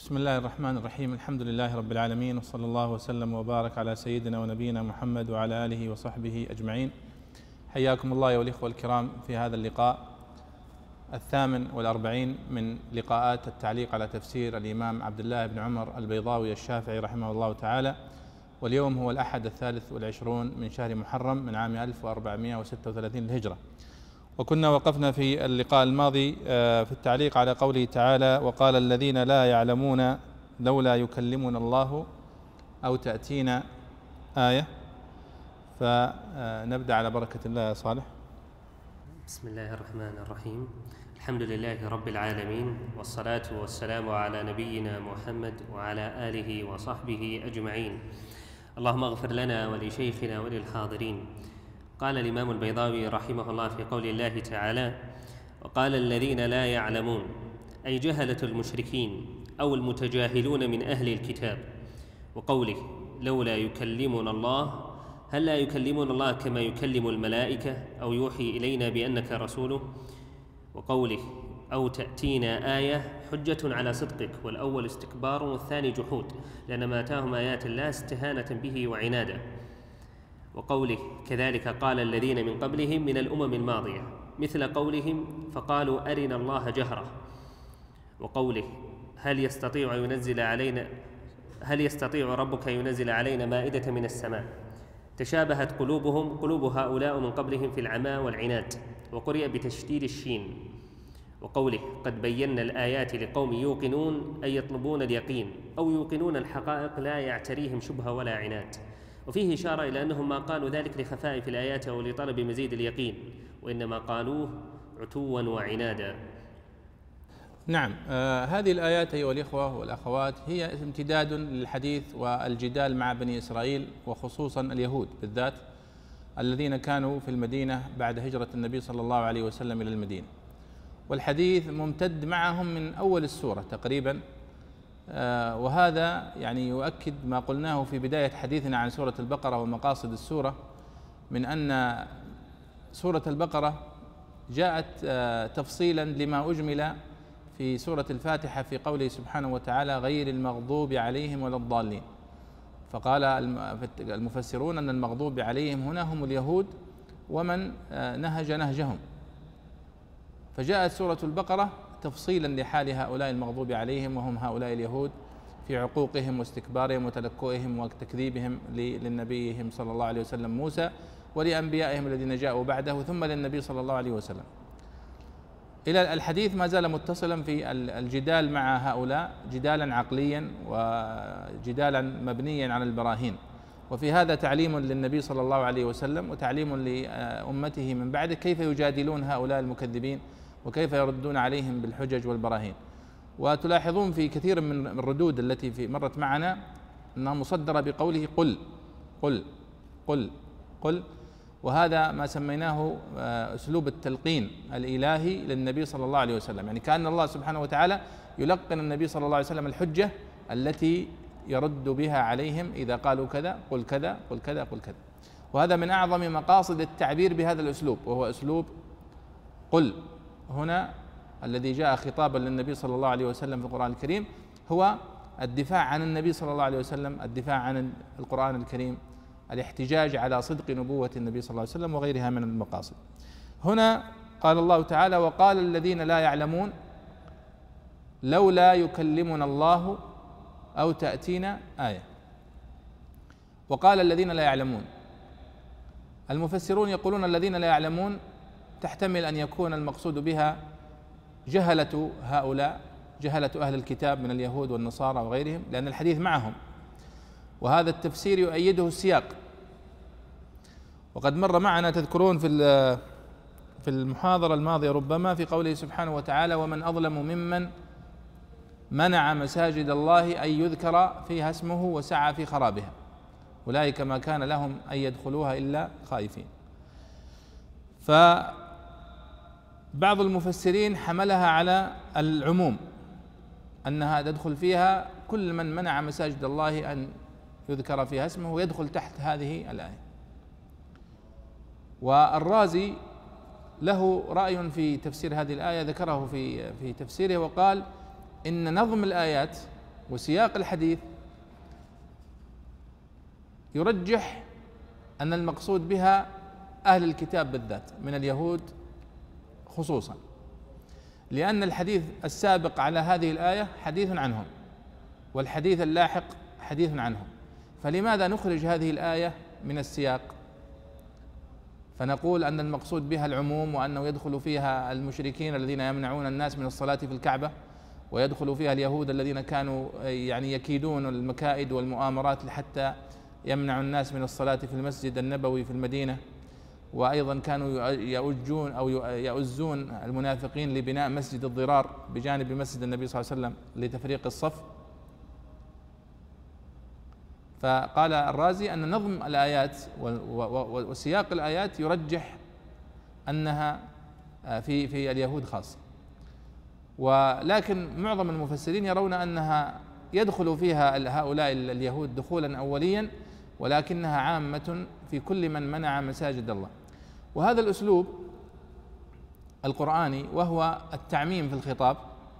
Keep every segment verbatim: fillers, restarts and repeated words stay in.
بسم الله الرحمن الرحيم. الحمد لله رب العالمين، وصلى الله وسلم وبارك على سيدنا ونبينا محمد وعلى آله وصحبه أجمعين. حياكم الله أيها الإخوة الكرام في هذا اللقاء الثامن والأربعين من لقاءات التعليق على تفسير الإمام عبد الله بن عمر البيضاوي الشافعي رحمه الله تعالى. واليوم هو الأحد الثالث والعشرون من شهر محرم من عام ألف وأربعمائة وستة وثلاثين للهجرة. وكنا وقفنا في اللقاء الماضي في التعليق على قوله تعالى: وقال الذين لا يعلمون لولا يكلمنا الله أو تأتينا آية. فنبدأ على بركة الله يا صالح. بسم الله الرحمن الرحيم. الحمد لله رب العالمين، والصلاة والسلام على نبينا محمد وعلى آله وصحبه أجمعين. اللهم اغفر لنا ولشيخنا وللحاضرين. قال الإمام البيضاوي رحمه الله في قول الله تعالى: وقال الذين لا يعلمون، أي جهلة المشركين أو المتجاهلون من أهل الكتاب. وقوله لولا يكلمنا الله، هل لا يكلمون الله كما يكلم الملائكة أو يوحي إلينا بأنك رسوله؟ وقوله أو تأتينا آية، حجة على صدقك، والأول استكبار والثاني جحود، لأن ما آتاهم آيات الله استهانة به وعنادا. وقوله كذلك قال الذين من قبلهم من الأمم الماضية، مثل قولهم فقالوا أرنا الله جهرة. وقوله هل يستطيع ينزل علينا هل يستطيع ربك ينزل علينا مائدة من السماء، تشابهت قلوبهم قلوب هؤلاء من قبلهم في العمى والعناد. وقرئ بتشديد الشين. وقوله قد بينا الآيات لقوم يوقنون، أي يطلبون اليقين أو يوقنون الحقائق لا يعتريهم شبهة ولا عناد. وفيه إشارة إلى أنهم ما قالوا ذلك لخفاء في الآيات أو لطلب مزيد اليقين، وإنما قالوه عتوا وعنادا. نعم، آه هذه الآيات أيها الإخوة والأخوات هي امتداد للحديث والجدال مع بني إسرائيل، وخصوصا اليهود بالذات الذين كانوا في المدينة بعد هجرة النبي صلى الله عليه وسلم إلى المدينة. والحديث ممتد معهم من أول السورة تقريبا، آه وهذا يعني يؤكد ما قلناه في بداية حديثنا عن سورة البقرة ومقاصد السورة، من أن سورة البقرة جاءت آه تفصيلا لما أجمل في سورة الفاتحة في قوله سبحانه وتعالى غير المغضوب عليهم ولا الضالين. فقال المفسرون أن المغضوب عليهم هنا هم اليهود ومن آه نهج نهجهم، فجاءت سورة البقرة تفصيلا لحال هؤلاء المغضوب عليهم وهم هؤلاء اليهود في عقوقهم واستكبارهم وتلكؤهم وتكذيبهم لنبيهم صلى الله عليه وسلم موسى ولأنبيائهم الذين جاءوا بعده ثم للنبي صلى الله عليه وسلم. إلى الحديث ما زال متصلا في الجدال مع هؤلاء جدالا عقليا وجدالا مبنيا على البراهين، وفي هذا تعليم للنبي صلى الله عليه وسلم وتعليم لأمته من بعده كيف يجادلون هؤلاء المكذبين وكيف يردون عليهم بالحجج والبراهين. وتلاحظون في كثير من الردود التي في مرت معنا أنها مصدرة بقوله قل قل قل قل، وهذا ما سميناه أسلوب التلقين الإلهي للنبي صلى الله عليه وسلم، يعني كأن الله سبحانه وتعالى يلقن النبي صلى الله عليه وسلم الحجة التي يرد بها عليهم إذا قالوا كذا قل كذا قل كذا قل كذا. وهذا من أعظم مقاصد التعبير بهذا الأسلوب، وهو أسلوب قل هنا الذي جاء خطابا للنبي صلى الله عليه وسلم في القرآن الكريم، هو الدفاع عن النبي صلى الله عليه وسلم، الدفاع عن القرآن الكريم، الاحتجاج على صدق نبوة النبي صلى الله عليه وسلم وغيرها من المقاصد. هنا قال الله تعالى: وقال الذين لا يعلمون لولا يكلمنا الله أو تأتينا آية. وقال الذين لا يعلمون، المفسرون يقولون الذين لا يعلمون تحتمل أن يكون المقصود بها جهلة هؤلاء، جهلة أهل الكتاب من اليهود والنصارى وغيرهم، لأن الحديث معهم، وهذا التفسير يؤيده السياق. وقد مر معنا تذكرون في في المحاضرة الماضية ربما في قوله سبحانه وتعالى: ومن أظلم ممن منع مساجد الله أن يذكر فيها اسمه وسعى في خرابها أولئك ما كان لهم أن يدخلوها إلا خائفين. فبعض المفسرين حملها على العموم، أنها تدخل فيها كل من منع مساجد الله أن يذكر فيها اسمه ويدخل تحت هذه الآية. والرازي له رأي في تفسير هذه الآية ذكره في في تفسيره، وقال إن نظم الآيات وسياق الحديث يرجح أن المقصود بها أهل الكتاب بالذات من اليهود خصوصا، لأن الحديث السابق على هذه الآية حديث عنهم، والحديث اللاحق حديث عنهم، فلماذا نخرج هذه الآية من السياق فنقول أن المقصود بها العموم، وأنه يدخل فيها المشركين الذين يمنعون الناس من الصلاة في الكعبة، ويدخل فيها اليهود الذين كانوا يعني يكيدون المكائد والمؤامرات حتى يمنعوا الناس من الصلاة في المسجد النبوي في المدينة، وأيضا كانوا يؤجون أو يؤزون المنافقين لبناء مسجد الضرار بجانب مسجد النبي صلى الله عليه وسلم لتفريق الصف. فقال الرازي أن نظم الآيات وسياق الآيات يرجح أنها في في اليهود خاصة، ولكن معظم المفسرين يرون أنها يدخل فيها هؤلاء اليهود دخولا أوليا، ولكنها عامة في كل من منع مساجد الله. وهذا الأسلوب القرآني وهو التعميم في الخطاب،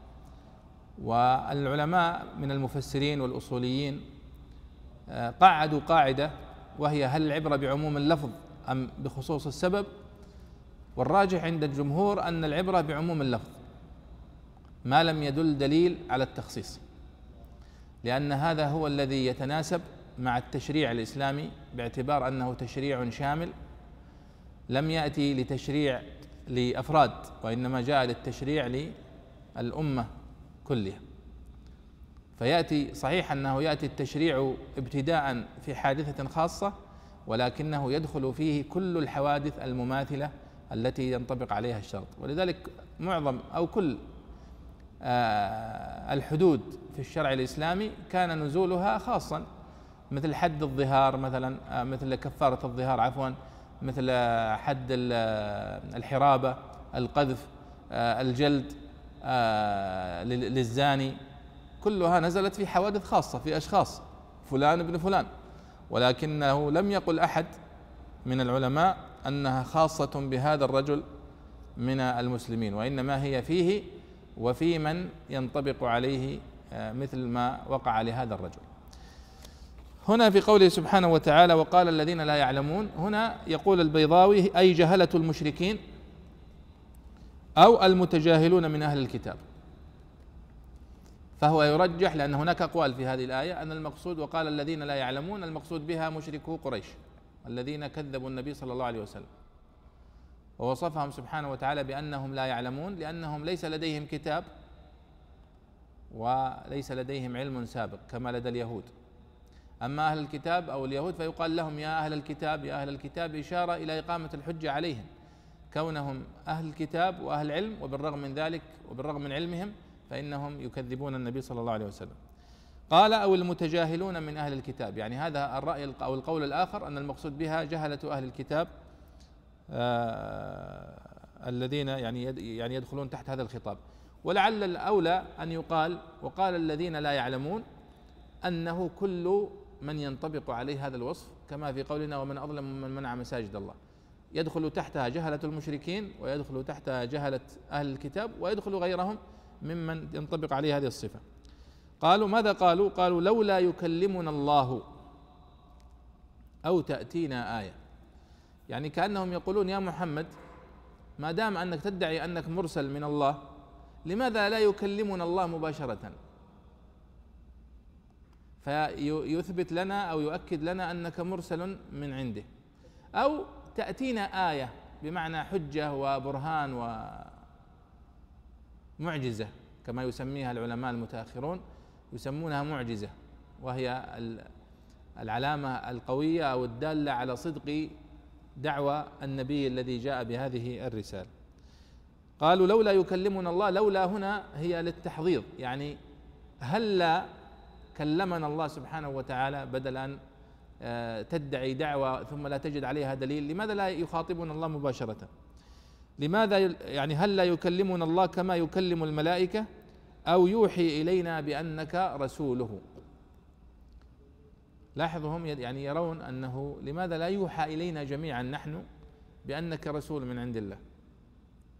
والعلماء من المفسرين والأصوليين قعدوا قاعدة وهي: هل العبرة بعموم اللفظ أم بخصوص السبب؟ والراجح عند الجمهور أن العبرة بعموم اللفظ ما لم يدل دليل على التخصيص، لأن هذا هو الذي يتناسب مع التشريع الإسلامي باعتبار أنه تشريع شامل لم يأتي لتشريع لأفراد، وإنما جاء للتشريع للأمة كلها. فيأتي صحيح أنه يأتي التشريع ابتداء في حادثة خاصة، ولكنه يدخل فيه كل الحوادث المماثلة التي ينطبق عليها الشرط. ولذلك معظم أو كل الحدود في الشرع الإسلامي كان نزولها خاصا، مثل حد الظهار مثلا، مثل كفارة الظهار عفوا، مثل حد الحرابة، القذف، الجلد للزاني، كلها نزلت في حوادث خاصة في أشخاص فلان ابن فلان، ولكنه لم يقل أحد من العلماء أنها خاصة بهذا الرجل من المسلمين، وإنما هي فيه وفي من ينطبق عليه مثل ما وقع لهذا الرجل. هنا في قوله سبحانه وتعالى: وقال الذين لا يعلمون، هنا يقول البيضاوي: أي جهلة المشركين أو المتجاهلون من أهل الكتاب. فهو يرجح، لأن هناك أقوال في هذه الآية، أن المقصود وقال الذين لا يعلمون المقصود بها مشركو قريش الذين كذبوا النبي صلى الله عليه وسلم، ووصفهم سبحانه وتعالى بأنهم لا يعلمون لأنهم ليس لديهم كتاب وليس لديهم علم سابق كما لدى اليهود. أما أهل الكتاب أو اليهود فيقال لهم يا أهل الكتاب يا أهل الكتاب، إشارة إلى إقامة الحجة عليهم، كونهم أهل الكتاب وأهل علم، وبالرغم من ذلك وبالرغم من علمهم فإنهم يكذبون النبي صلى الله عليه وسلم. قال: أو المتجاهلون من أهل الكتاب، يعني هذا الرأي أو القول الآخر أن المقصود بها جهلة أهل الكتاب آه الذين يعني يعني يدخلون تحت هذا الخطاب. ولعل الأولى أن يقال وقال الذين لا يعلمون أنه كل من ينطبق عليه هذا الوصف، كما في قولنا: ومن أظلم ممن منع مساجد الله، يدخل تحتها جهلة المشركين، ويدخل تحتها جهلة أهل الكتاب، ويدخل غيرهم ممن ينطبق عليه هذه الصفة. قالوا ماذا قالوا؟ قالوا: لولا يكلمنا الله أو تأتينا آية، يعني كأنهم يقولون: يا محمد، ما دام أنك تدعي أنك مرسل من الله، لماذا لا يكلمنا الله مباشرة فيثبت لنا أو يؤكد لنا أنك مرسل من عنده، أو تأتينا آية بمعنى حجة وبرهان ومعجزة كما يسميها العلماء المتأخرون، يسمونها معجزة، وهي العلامة القوية أو الدالة على صدق دعوى النبي الذي جاء بهذه الرسالة. قالوا: لولا يكلمنا الله، لولا هنا هي للتحضيض، يعني هلا كلمنا الله سبحانه وتعالى، بدل أن تدعي دعوة ثم لا تجد عليها دليل، لماذا لا يخاطبنا الله مباشرة؟ لماذا يعني هل لا يكلمنا الله كما يكلم الملائكة، أو يوحي إلينا بأنك رسوله؟ لاحظوا هم يعني يرون أنه لماذا لا يوحى إلينا جميعا نحن بأنك رسول من عند الله؟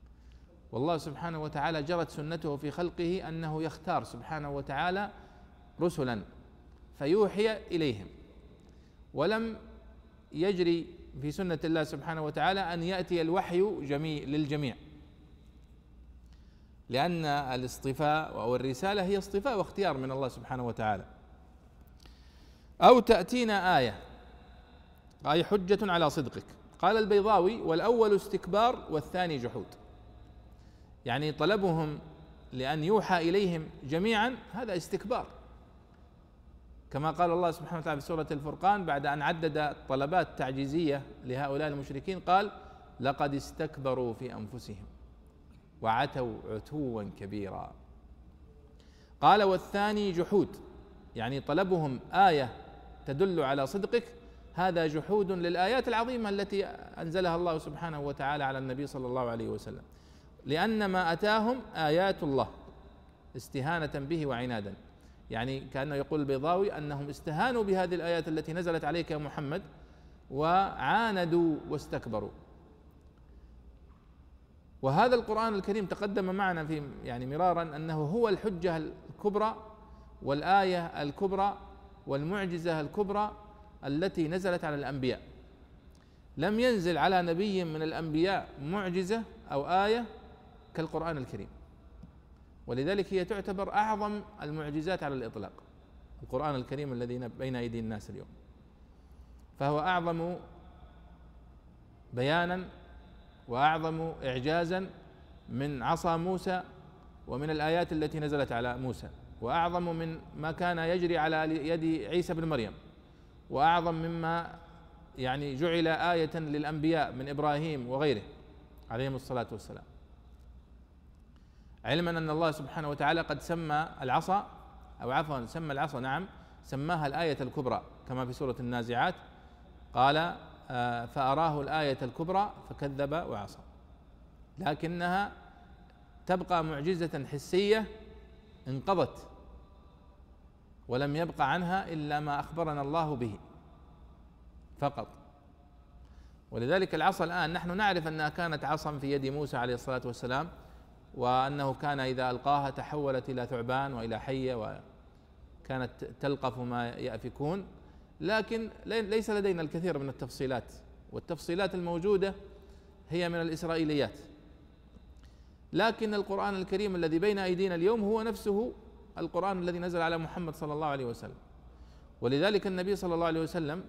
والله سبحانه وتعالى جرت سنته في خلقه أنه يختار سبحانه وتعالى رسلا فيوحي إليهم، ولم يجري في سنة الله سبحانه وتعالى أن يأتي الوحي جميع للجميع، لأن الاصطفاء أو الرسالة هي اصطفاء واختيار من الله سبحانه وتعالى. أو تأتينا آية أي حجة على صدقك. قال البيضاوي: والأول استكبار والثاني جحود، يعني طلبهم لأن يوحى إليهم جميعا هذا استكبار، كما قال الله سبحانه وتعالى في سورة الفرقان بعد أن عدد طلبات تعجيزية لهؤلاء المشركين قال: لقد استكبروا في أنفسهم وعتوا عتوا كبيرا. قال: والثاني جحود، يعني طلبهم آية تدل على صدقك هذا جحود للآيات العظيمة التي أنزلها الله سبحانه وتعالى على النبي صلى الله عليه وسلم، لأن ما أتاهم آيات الله استهانة به وعنادا، يعني كأنه يقول البيضاوي أنهم استهانوا بهذه الآيات التي نزلت عليك يا محمد وعاندوا واستكبروا. وهذا القرآن الكريم تقدم معنا في يعني مرارا أنه هو الحجة الكبرى والآية الكبرى والمعجزة الكبرى التي نزلت على الأنبياء. لم ينزل على نبي من الأنبياء معجزة أو آية كالقرآن الكريم، ولذلك هي تعتبر أعظم المعجزات على الإطلاق، القرآن الكريم الذي بين أيدي الناس اليوم، فهو أعظم بيانا وأعظم إعجازا من عصا موسى ومن الآيات التي نزلت على موسى، وأعظم من ما كان يجري على يد عيسى بن مريم، وأعظم مما يعني جعل آية للأنبياء من إبراهيم وغيره عليهم الصلاة والسلام، علما أن الله سبحانه وتعالى قد سمى العصا أو عفوا سمى العصا نعم سماها الآية الكبرى، كما في سورة النازعات قال: فأراه الآية الكبرى فكذب وعصى، لكنها تبقى معجزة حسية انقضت ولم يبقى عنها إلا ما أخبرنا الله به فقط. ولذلك العصا الآن نحن نعرف أنها كانت عصا في يد موسى عليه الصلاة والسلام، وأنه كان إذا ألقاها تحولت إلى ثعبان وإلى حية وكانت تلقف ما يأفكون، لكن ليس لدينا الكثير من التفصيلات، والتفصيلات الموجودة هي من الإسرائيليات. لكن القرآن الكريم الذي بين أيدينا اليوم هو نفسه القرآن الذي نزل على محمد صلى الله عليه وسلم، ولذلك النبي صلى الله عليه وسلم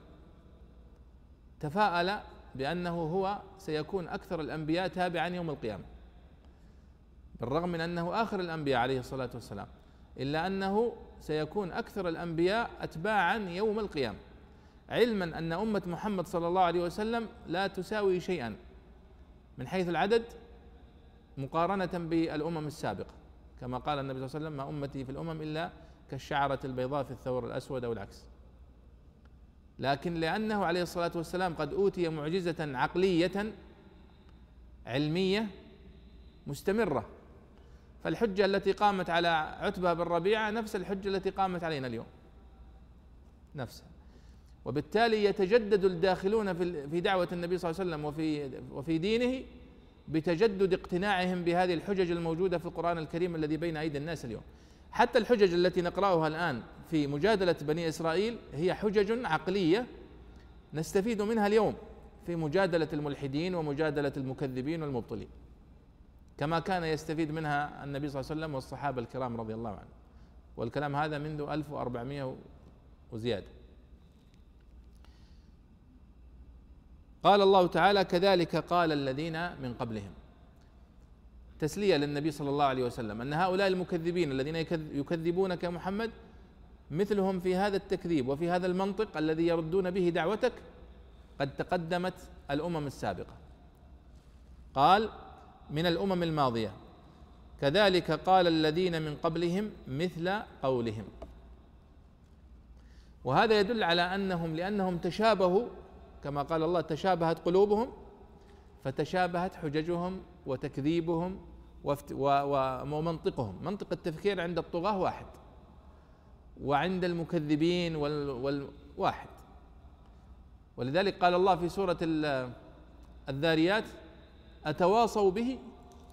تفاءل بأنه هو سيكون أكثر الأنبياء تابعا يوم القيامة، بالرغم من أنه آخر الأنبياء عليه الصلاة والسلام، إلا أنه سيكون أكثر الأنبياء أتباعا يوم القيامة، علما أن أمة محمد صلى الله عليه وسلم لا تساوي شيئا من حيث العدد مقارنة بالأمم السابقة، كما قال النبي صلى الله عليه وسلم: ما أمتي في الأمم إلا كالشعرة البيضاء في الثور الأسود أو العكس. لكن لأنه عليه الصلاة والسلام قد أوتي معجزة عقلية علمية مستمرة، فالحجة التي قامت على عتبة بن ربيعة نفس الحجة التي قامت علينا اليوم نفسها، وبالتالي يتجدد الداخلون في دعوة النبي صلى الله عليه وسلم وفي وفي دينه بتجدد اقتناعهم بهذه الحجج الموجودة في القرآن الكريم الذي بين أيدي الناس اليوم. حتى الحجج التي نقرأها الآن في مجادلة بني إسرائيل هي حجج عقلية نستفيد منها اليوم في مجادلة الملحدين ومجادلة المكذبين والمبطلين، كما كان يستفيد منها النبي صلى الله عليه وسلم والصحابة الكرام رضي الله عنهم، والكلام هذا منذ ألف وأربعمائة وزيادة. قال الله تعالى: كذلك قال الذين من قبلهم، تسلية للنبي صلى الله عليه وسلم أن هؤلاء المكذبين الذين يكذبونك يا محمد مثلهم في هذا التكذيب وفي هذا المنطق الذي يردون به دعوتك قد تقدمت الأمم السابقة. قال: من الأمم الماضية كذلك قال الذين من قبلهم مثل قولهم. وهذا يدل على أنهم لأنهم تشابهوا، كما قال الله: تشابهت قلوبهم، فتشابهت حججهم وتكذيبهم ومنطقهم. منطق التفكير عند الطغاة واحد، وعند المكذبين والواحد. ولذلك قال الله في سورة الذاريات: أتواصوا به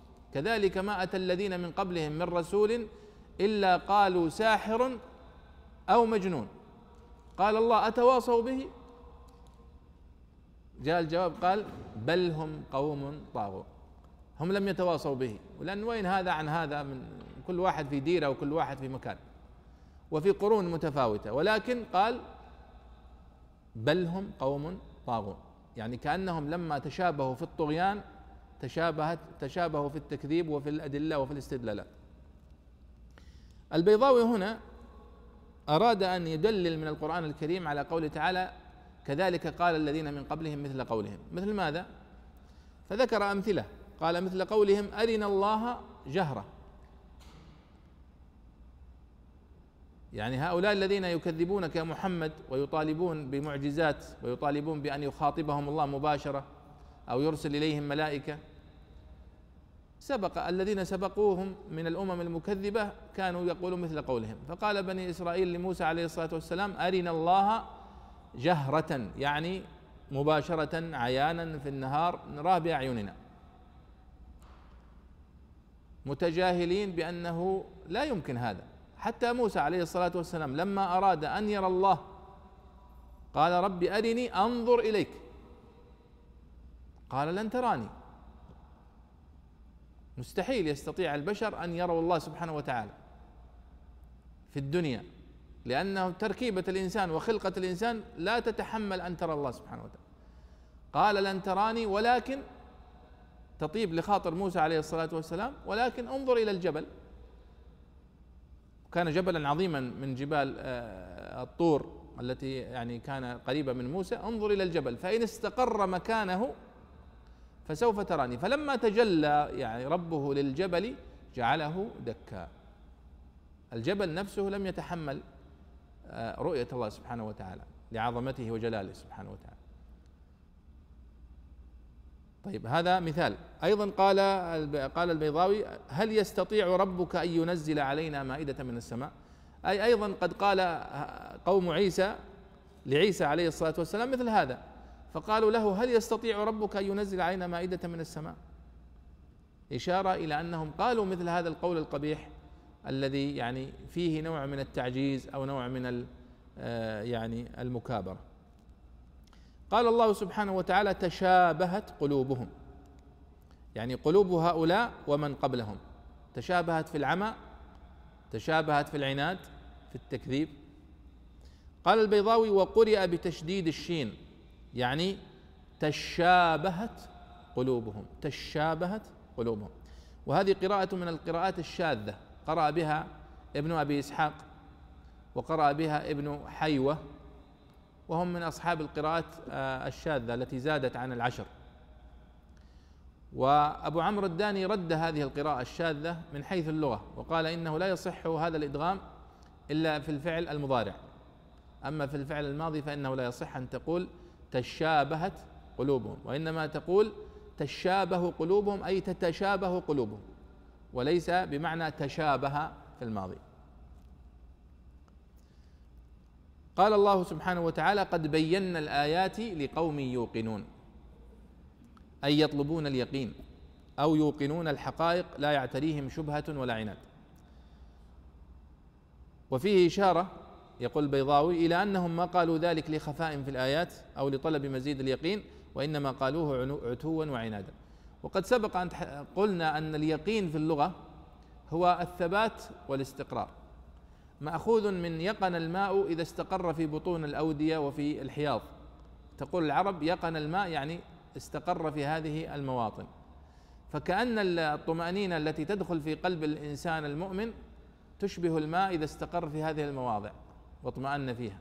كذلك ما أتى الذين من قبلهم من رسول إلا قالوا ساحر أو مجنون. قال الله أتواصوا به؟ جاء الجواب قال بل هم قوم طاغون. هم لم يتواصوا به، ولأن وين هذا عن هذا، من كل واحد في ديره وكل واحد في مكان وفي قرون متفاوتة، ولكن قال بل هم قوم طاغون، يعني كأنهم لما تشابهوا في الطغيان تشابهت تشابهوا في التكذيب وفي الأدلة وفي الاستدلالات. البيضاوي هنا أراد أن يدلل من القرآن الكريم على قوله تعالى كذلك قال الذين من قبلهم مثل قولهم. مثل ماذا؟ فذكر أمثلة، قال مثل قولهم أرنا الله جهرة، يعني هؤلاء الذين يكذبونك يا محمد ويطالبون بمعجزات ويطالبون بأن يخاطبهم الله مباشرة أو يرسل إليهم ملائكة، سبق الذين سبقوهم من الأمم المكذبة كانوا يقولون مثل قولهم. فقال بني إسرائيل لموسى عليه الصلاة والسلام أرنا الله جهرة، يعني مباشرة عيانا في النهار نراه بأعيننا، متجاهلين بأنه لا يمكن هذا. حتى موسى عليه الصلاة والسلام لما أراد أن يرى الله قال رب أرني أنظر إليك، قال لن تراني. مستحيل يستطيع البشر أن يروا الله سبحانه وتعالى في الدنيا، لأنه تركيبة الإنسان وخلقة الإنسان لا تتحمل أن ترى الله سبحانه وتعالى. قال لن تراني ولكن تطيب لخاطر موسى عليه الصلاة والسلام، ولكن انظر إلى الجبل. كان جبلا عظيما من جبال الطور التي يعني كان قريبة من موسى، انظر إلى الجبل فإن استقر مكانه فسوف تراني. فلما تجلى يعني ربه للجبل جعله دكا، الجبل نفسه لم يتحمل رؤية الله سبحانه وتعالى لعظمته وجلاله سبحانه وتعالى. طيب هذا مثال. أيضا قال قال البيضاوي هل يستطيع ربك أن ينزل علينا مائدة من السماء؟ أي أيضا قد قال قوم عيسى لعيسى عليه الصلاة والسلام مثل هذا، فقالوا له هل يستطيع ربك أن ينزل علينا مائدة من السماء، إشارة إلى أنهم قالوا مثل هذا القول القبيح الذي يعني فيه نوع من التعجيز أو نوع من يعني المكابرة. قال الله سبحانه وتعالى تشابهت قلوبهم، يعني قلوب هؤلاء ومن قبلهم تشابهت في العمى، تشابهت في العناد، في التكذيب. قال البيضاوي وقرئ بتشديد الشين، يعني تشابهت قلوبهم، تشابهت قلوبهم، وهذه قراءة من القراءات الشاذة، قرأ بها ابن أبي إسحاق وقرأ بها ابن حيوة، وهم من أصحاب القراءات الشاذة التي زادت عن العشر. وأبو عمرو الداني رد هذه القراءة الشاذة من حيث اللغة، وقال إنه لا يصح هذا الإدغام إلا في الفعل المضارع، أما في الفعل الماضي فإنه لا يصح أن تقول تشابهت قلوبهم، وإنما تقول تشابه قلوبهم أي تتشابه قلوبهم، وليس بمعنى تشابه في الماضي. قال الله سبحانه وتعالى قد بينا الآيات لقوم يوقنون، أي يطلبون اليقين أو يوقنون الحقائق لا يعتريهم شبهة ولا عناد. وفيه إشارة يقول البيضاوي إلى أنهم ما قالوا ذلك لخفاء في الآيات أو لطلب مزيد اليقين، وإنما قالوه عتوا وعنادا. وقد سبق أن قلنا أن اليقين في اللغة هو الثبات والاستقرار، مأخوذ من يقن الماء إذا استقر في بطون الأودية وفي الحياض. تقول العرب يقن الماء يعني استقر في هذه المواطن، فكأن الطمأنينة التي تدخل في قلب الإنسان المؤمن تشبه الماء إذا استقر في هذه المواضع واطمأن فيها.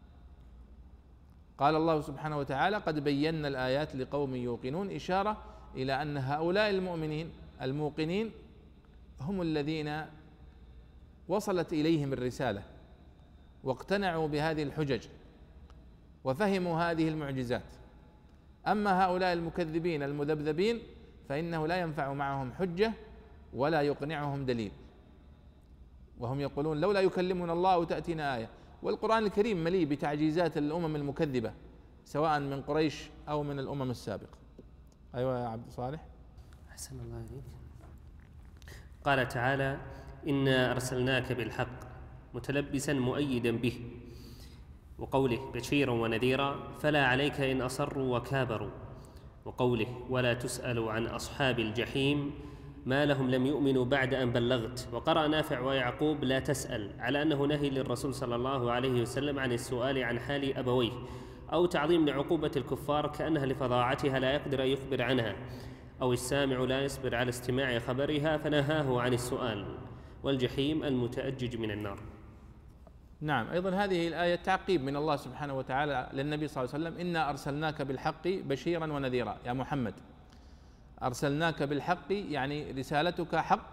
قال الله سبحانه وتعالى قد بينا الآيات لقوم يوقنون، إشارة إلى أن هؤلاء المؤمنين الموقنين هم الذين وصلت إليهم الرسالة واقتنعوا بهذه الحجج وفهموا هذه المعجزات. أما هؤلاء المكذبين المذبذبين فإنه لا ينفع معهم حجة ولا يقنعهم دليل، وهم يقولون لولا يكلمنا الله أو تأتينا آية. والقرآن الكريم مليء بتعجيزات الأمم المكذبة سواء من قريش أو من الأمم السابقة. أيوة يا عبد صالح. أحسن الله إليك. قال تعالى إنا أرسلناك بالحق متلبسا مؤيدا به، وقوله بشيرا ونذيرا فلا عليك إن أصروا وكابروا، وقوله ولا تسأل عن أصحاب الجحيم ما لهم لم يؤمنوا بعد أن بلغت. وقرأ نافع ويعقوب لا تسأل، على أنه نهي للرسول صلى الله عليه وسلم عن السؤال عن حال أبويه، أو تعظيم لعقوبة الكفار كأنها لفظاعتها لا يقدر أن يخبر عنها، أو السامع لا يصبر على استماع خبرها فنهاه عن السؤال. والجحيم المتأجج من النار. نعم، أيضا هذه الآية تعقيب من الله سبحانه وتعالى للنبي صلى الله عليه وسلم: إنا أرسلناك بالحق بشيرا ونذيرا. يا محمد أرسلناك بالحق، يعني رسالتك حق،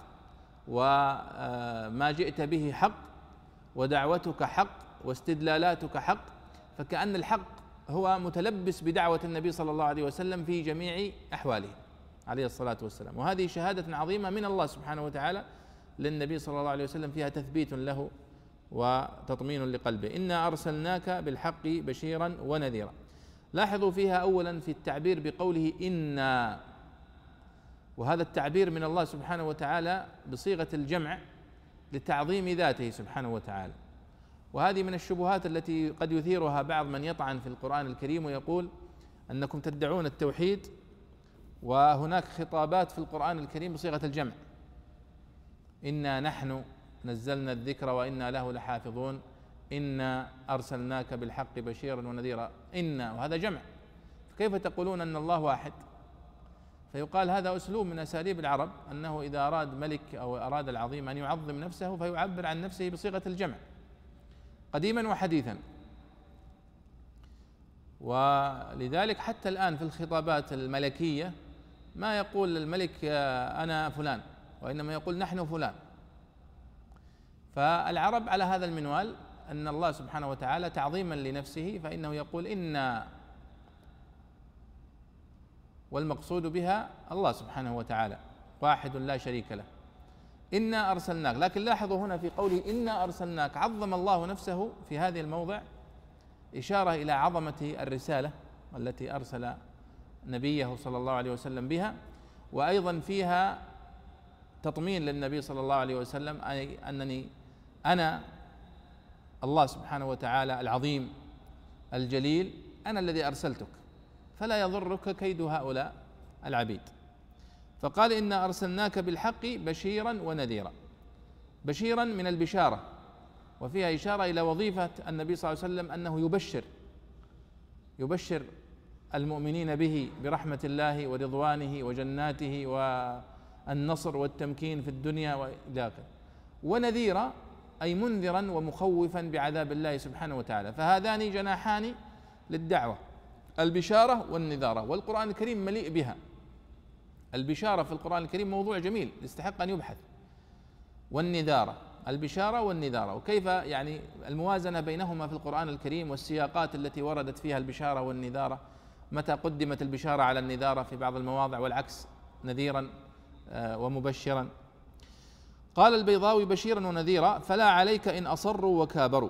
وما جئت به حق، ودعوتك حق، واستدلالاتك حق. فكأن الحق هو متلبس بدعوة النبي صلى الله عليه وسلم في جميع أحواله عليه الصلاة والسلام. وهذه شهادة عظيمة من الله سبحانه وتعالى للنبي صلى الله عليه وسلم، فيها تثبيت له وتطمين لقلبه. إنا أرسلناك بالحق بشيرا ونذيرا. لاحظوا فيها أولا في التعبير بقوله إنا، وهذا التعبير من الله سبحانه وتعالى بصيغة الجمع لتعظيم ذاته سبحانه وتعالى. وهذه من الشبهات التي قد يثيرها بعض من يطعن في القرآن الكريم ويقول أنكم تدعون التوحيد وهناك خطابات في القرآن الكريم بصيغة الجمع: إنا نحن نزلنا الذكر وإنا له لحافظون، إنا أرسلناك بالحق بشيرا ونذيرا. إنا، وهذا جمع، فكيف تقولون أن الله واحد؟ فيقال هذا أسلوب من أساليب العرب، أنه إذا أراد ملك أو أراد العظيم أن يعظم نفسه فيعبر عن نفسه بصيغة الجمع قديما وحديثا. ولذلك حتى الآن في الخطابات الملكية ما يقول الملك أنا فلان، وإنما يقول نحن فلان. فالعرب على هذا المنوال، أن الله سبحانه وتعالى تعظيما لنفسه فإنه يقول إنا، والمقصود بها الله سبحانه وتعالى واحد لا شريك له. إنا أرسلناك، لكن لاحظوا هنا في قوله إنا أرسلناك عظم الله نفسه في هذه الموضع، إشارة إلى عظمة الرسالة التي أرسل نبيه صلى الله عليه وسلم بها، وأيضا فيها تطمين للنبي صلى الله عليه وسلم أي أنني أنا الله سبحانه وتعالى العظيم الجليل، أنا الذي أرسلتك، فلا يضرك كيد هؤلاء العبيد. فقال إنا أرسلناك بالحق بشيرا ونذيرا. بشيرا من البشارة، وفيها إشارة إلى وظيفة النبي صلى الله عليه وسلم أنه يبشر يبشر المؤمنين به برحمة الله ورضوانه وجناته والنصر والتمكين في الدنيا وإلى آخره. ونذيرا أي منذرا ومخوفا بعذاب الله سبحانه وتعالى. فهذان جناحان للدعوة، البشارة والنذارة، والقرآن الكريم مليء بها. البشارة في القرآن الكريم موضوع جميل يستحق أن يبحث، والنذارة، البشارة والنذارة، وكيف يعني الموازنة بينهما في القرآن الكريم والسياقات التي وردت فيها البشارة والنذارة، متى قدمت البشارة على النذارة في بعض المواضع والعكس، نذيرا ومبشرا. قال البيضاوي بشيرا ونذيرا فلا عليك إن أصروا وكابروا.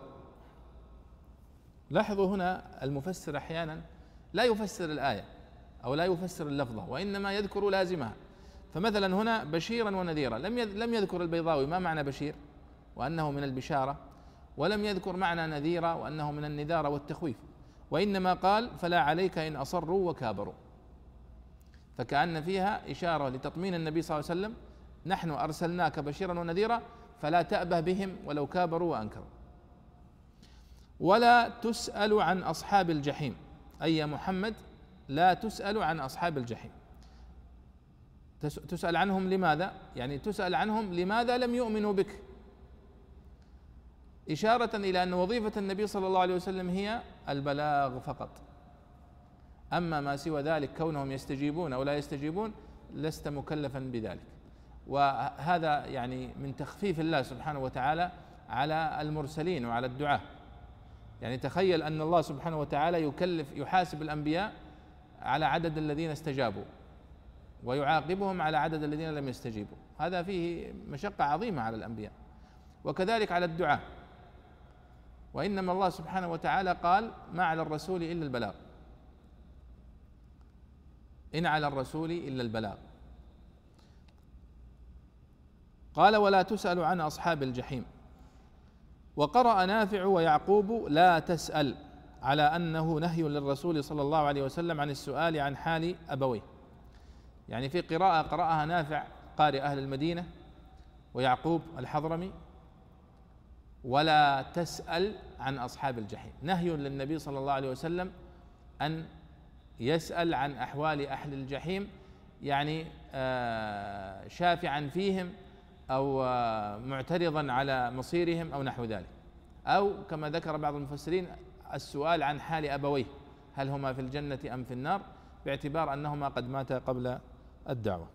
لاحظوا هنا المفسر أحيانا لا يفسر الآية أو لا يفسر اللفظة، وإنما يذكر لازمها. فمثلا هنا بشيرا ونذيرا، لم لم يذكر البيضاوي ما معنى بشير وأنه من البشارة، ولم يذكر معنى نذيرا وأنه من النذارة والتخويف، وإنما قال فلا عليك إن أصروا وكابروا، فكأن فيها إشارة لتطمين النبي صلى الله عليه وسلم: نحن أرسلناك بشيرا ونذيرا فلا تأبه بهم ولو كابروا وأنكروا. ولا تسأل عن أصحاب الجحيم، أي يا محمد لا تسأل عن أصحاب الجحيم. تسأل عنهم لماذا؟ يعني تسأل عنهم لماذا لم يؤمنوا بك، إشارة إلى أن وظيفة النبي صلى الله عليه وسلم هي البلاغ فقط، أما ما سوى ذلك كونهم يستجيبون أو لا يستجيبون لست مكلفا بذلك. وهذا يعني من تخفيف الله سبحانه وتعالى على المرسلين وعلى الدعاة. يعني تخيل أن الله سبحانه وتعالى يكلف يحاسب الأنبياء على عدد الذين استجابوا ويعاقبهم على عدد الذين لم يستجيبوا، هذا فيه مشقة عظيمة على الأنبياء، وكذلك على الدعاة. وإنما الله سبحانه وتعالى قال: ما على الرسول إلا البلاغ، إن على الرسول إلا البلاغ. قال: ولا تسأل عن أصحاب الجحيم. وقرأ نافع ويعقوب لا تسأل، على أنه نهي للرسول صلى الله عليه وسلم عن السؤال عن حال أبويه. يعني في قراءة قرأها نافع قارئ أهل المدينة ويعقوب الحضرمي: ولا تسأل عن أصحاب الجحيم، نهي للنبي صلى الله عليه وسلم أن يسأل عن أحوال أهل الجحيم، يعني شافعا فيهم أو معترضا على مصيرهم أو نحو ذلك، أو كما ذكر بعض المفسرين السؤال عن حال أبويه، هل هما في الجنة أم في النار، باعتبار أنهما قد ماتا قبل الدعوة.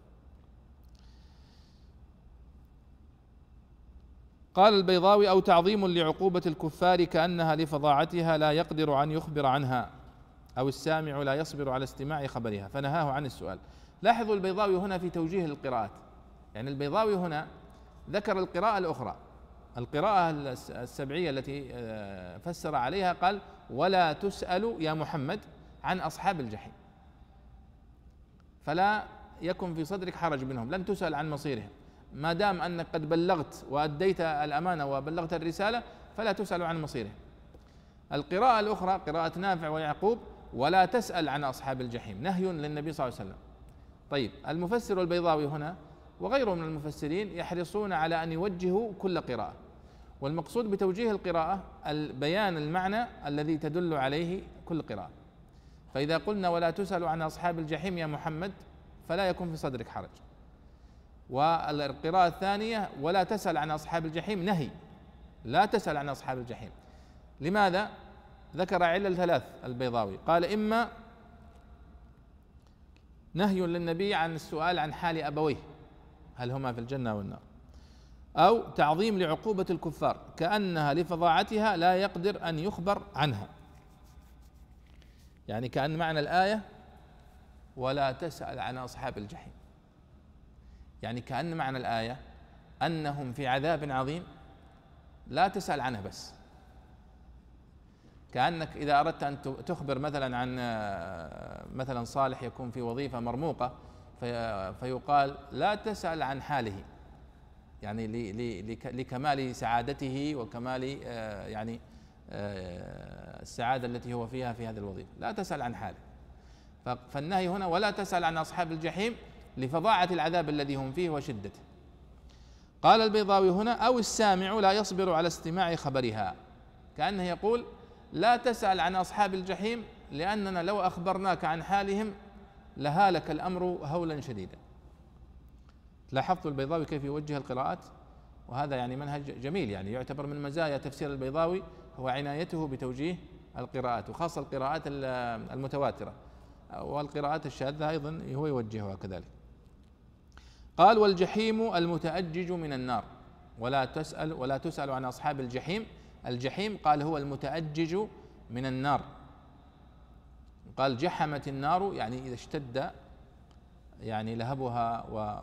قال البيضاوي: أو تعظيم لعقوبة الكفار كأنها لفظاعتها لا يقدر أن يخبر عنها، أو السامع لا يصبر على استماع خبرها فنهاه عن السؤال. لاحظوا البيضاوي هنا في توجيه القراءات، يعني البيضاوي هنا ذكر القراءة الأخرى، القراءة السبعية التي فسر عليها، قال: ولا تسأل يا محمد عن أصحاب الجحيم، فلا يكن في صدرك حرج منهم، لن تسأل عن مصيرهم، ما دام أنك قد بلغت وأديت الأمانة وبلغت الرسالة فلا تسأل عن مصيرهم. القراءة الأخرى قراءة نافع ويعقوب: ولا تسأل عن أصحاب الجحيم، نهي للنبي صلى الله عليه وسلم. طيب، المفسر البيضاوي هنا وغيره من المفسرين يحرصون على أن يوجهوا كل قراءة، والمقصود بتوجيه القراءة البيان المعنى الذي تدل عليه كل قراءة. فإذا قلنا ولا تسأل عن أصحاب الجحيم يا محمد فلا يكون في صدرك حرج، والقراءة الثانية ولا تسأل عن أصحاب الجحيم نهي، لا تسأل عن أصحاب الجحيم. لماذا؟ ذكر علل ثلاث البيضاوي، قال: إما نهي للنبي عن السؤال عن حال أبويه هل هما في الجنة أو النار، أو تعظيم لعقوبة الكفار كأنها لفظاعتها لا يقدر أن يخبر عنها، يعني كأن معنى الآية ولا تسأل عن أصحاب الجحيم، يعني كأن معنى الآية أنهم في عذاب عظيم لا تسأل عنه، بس كأنك إذا أردت أن تخبر مثلا عن مثلا صالح يكون في وظيفة مرموقة فيقال لا تسأل عن حاله، يعني لكمال سعادته وكمال يعني السعادة التي هو فيها في هذه الوظيفة، لا تسأل عن حاله. فالنهي هنا ولا تسأل عن أصحاب الجحيم لفظاعة العذاب الذي هم فيه وشدته. قال البيضاوي هنا: أو السامع لا يصبر على استماع خبرها، كأنه يقول لا تسأل عن أصحاب الجحيم لأننا لو أخبرناك عن حالهم لهالك الأمر هولا شديدا. لاحظت البيضاوي كيف يوجه القراءات، وهذا يعني منهج جميل، يعني يعتبر من مزايا تفسير البيضاوي هو عنايته بتوجيه القراءات، وخاصة القراءات المتواترة، والقراءات الشاذة أيضا هو يوجهها كذلك. قال: والجحيم المتأجج من النار، ولا تسأل ولا تسأل عن أصحاب الجحيم. الجحيم قال هو المتأجج من النار، قال جحمت النار يعني إذا اشتد يعني لهبها و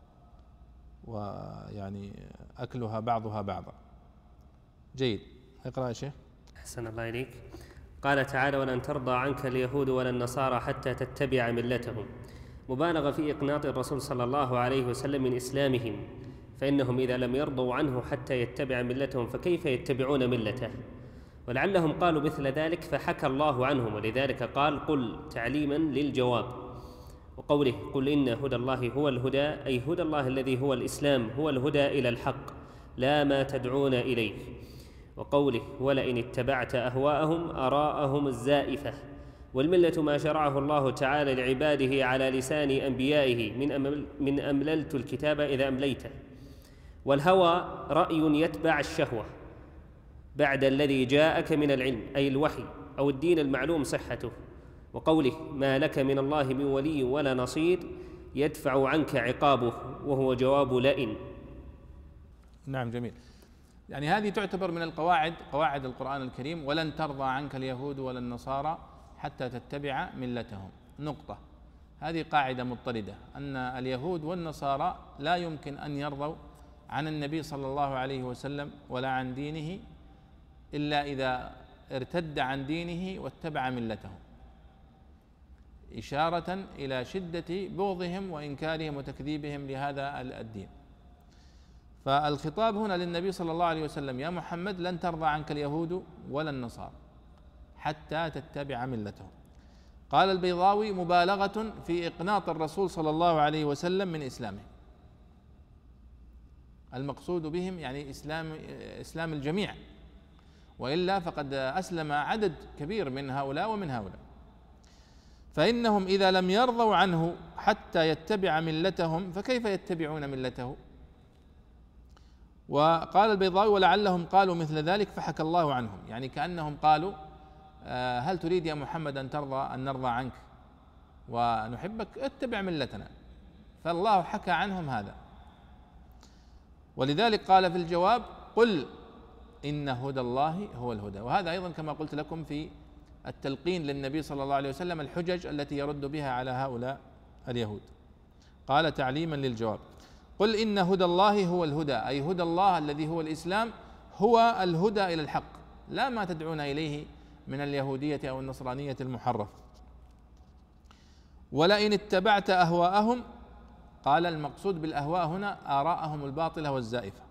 ويعني أكلها بعضها بعضا. جيد، اقرأ يا شيخ. أحسن الله إليك. قال تعالى: ولن ترضى عنك اليهود ولا النصارى حتى تتبع ملتهم، مبالغة في إقناط الرسول صلى الله عليه وسلم من إسلامهم، فإنهم إذا لم يرضوا عنه حتى يتبع ملتهم فكيف يتبعون ملته؟ ولعلهم قالوا مثل ذلك فحكى الله عنهم، ولذلك قال: قل تعليما للجواب. وقوله: قل إن هدى الله هو الهدى، أي هدى الله الذي هو الإسلام هو الهدى إلى الحق لا ما تدعون إليه. وقوله: ولئن اتبعت أهواءهم أراءهم الزائفة، والملة ما شرعه الله تعالى لعباده على لسان أنبيائه من أمل من أمللت الكتاب إذا أمليته. والهوى رأي يتبع الشهوة بعد الذي جاءك من العلم أي الوحي أو الدين المعلوم صحته. وقوله: ما لك من الله من ولي ولا نصير يدفع عنك عقابه، وهو جواب لئن. نعم، جميل. يعني هذه تعتبر من القواعد، قواعد القرآن الكريم: ولن ترضى عنك اليهود ولا النصارى حتى تتبع ملتهم. نقطة. هذه قاعدة مضطردة، أن اليهود والنصارى لا يمكن أن يرضوا عن النبي صلى الله عليه وسلم ولا عن دينه إلا إذا ارتد عن دينه واتبع ملتهم، إشارة إلى شدة بغضهم وإنكارهم وتكذيبهم لهذا الدين. فالخطاب هنا للنبي صلى الله عليه وسلم: يا محمد لن ترضى عنك اليهود ولا النصارى حتى تتبع ملتهم. قال البيضاوي: مبالغة في إقناط الرسول صلى الله عليه وسلم من إسلامه، المقصود بهم يعني إسلام إسلام الجميع، وإلا فقد أسلم عدد كبير من هؤلاء ومن هؤلاء، فإنهم إذا لم يرضوا عنه حتى يتبع ملتهم فكيف يتبعون ملته؟ وقال البيضاوي: ولعلهم قالوا مثل ذلك فحكى الله عنهم، يعني كأنهم قالوا: هل تريد يا محمد أن ترضى أن نرضى عنك ونحبك؟ اتبع ملتنا. فالله حكى عنهم هذا، ولذلك قال في الجواب: قل إن هدى الله هو الهدى. وهذا أيضا كما قلت لكم في التلقين للنبي صلى الله عليه وسلم الحجج التي يرد بها على هؤلاء اليهود. قال تعليما للجواب: قل إن هدى الله هو الهدى، أي هدى الله الذي هو الإسلام هو الهدى إلى الحق، لا ما تدعون إليه من اليهودية أو النصرانية المحرف. ولئن اتبعت أهواءهم، قال المقصود بالأهواء هنا آراءهم الباطلة والزائفة.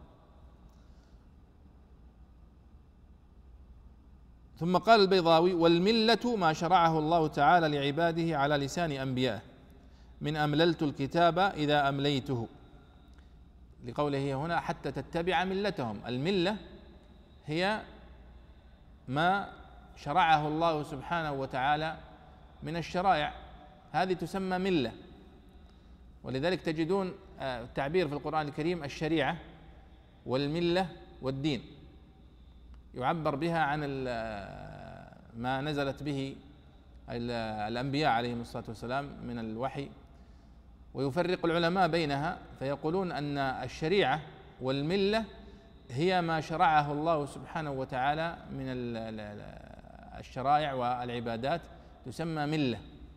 ثم قال البيضاوي: والملة ما شرعه الله تعالى لعباده على لسان أنبيائه من أمللت الكتاب إذا أمليته، لقوله هنا حتى تتبع ملتهم. الملة هي ما شرعه الله سبحانه وتعالى من الشرائع، هذه تسمى ملة. ولذلك تجدون التعبير في القرآن الكريم الشريعة والملة والدين، يعبر بها عن ما نزلت به الأنبياء عليهم الصلاة والسلام من الوحي، ويفرق العلماء بينها فيقولون أن الشريعة والملة هي ما شرعه الله سبحانه وتعالى من الشرائع والعبادات تسمى ملة،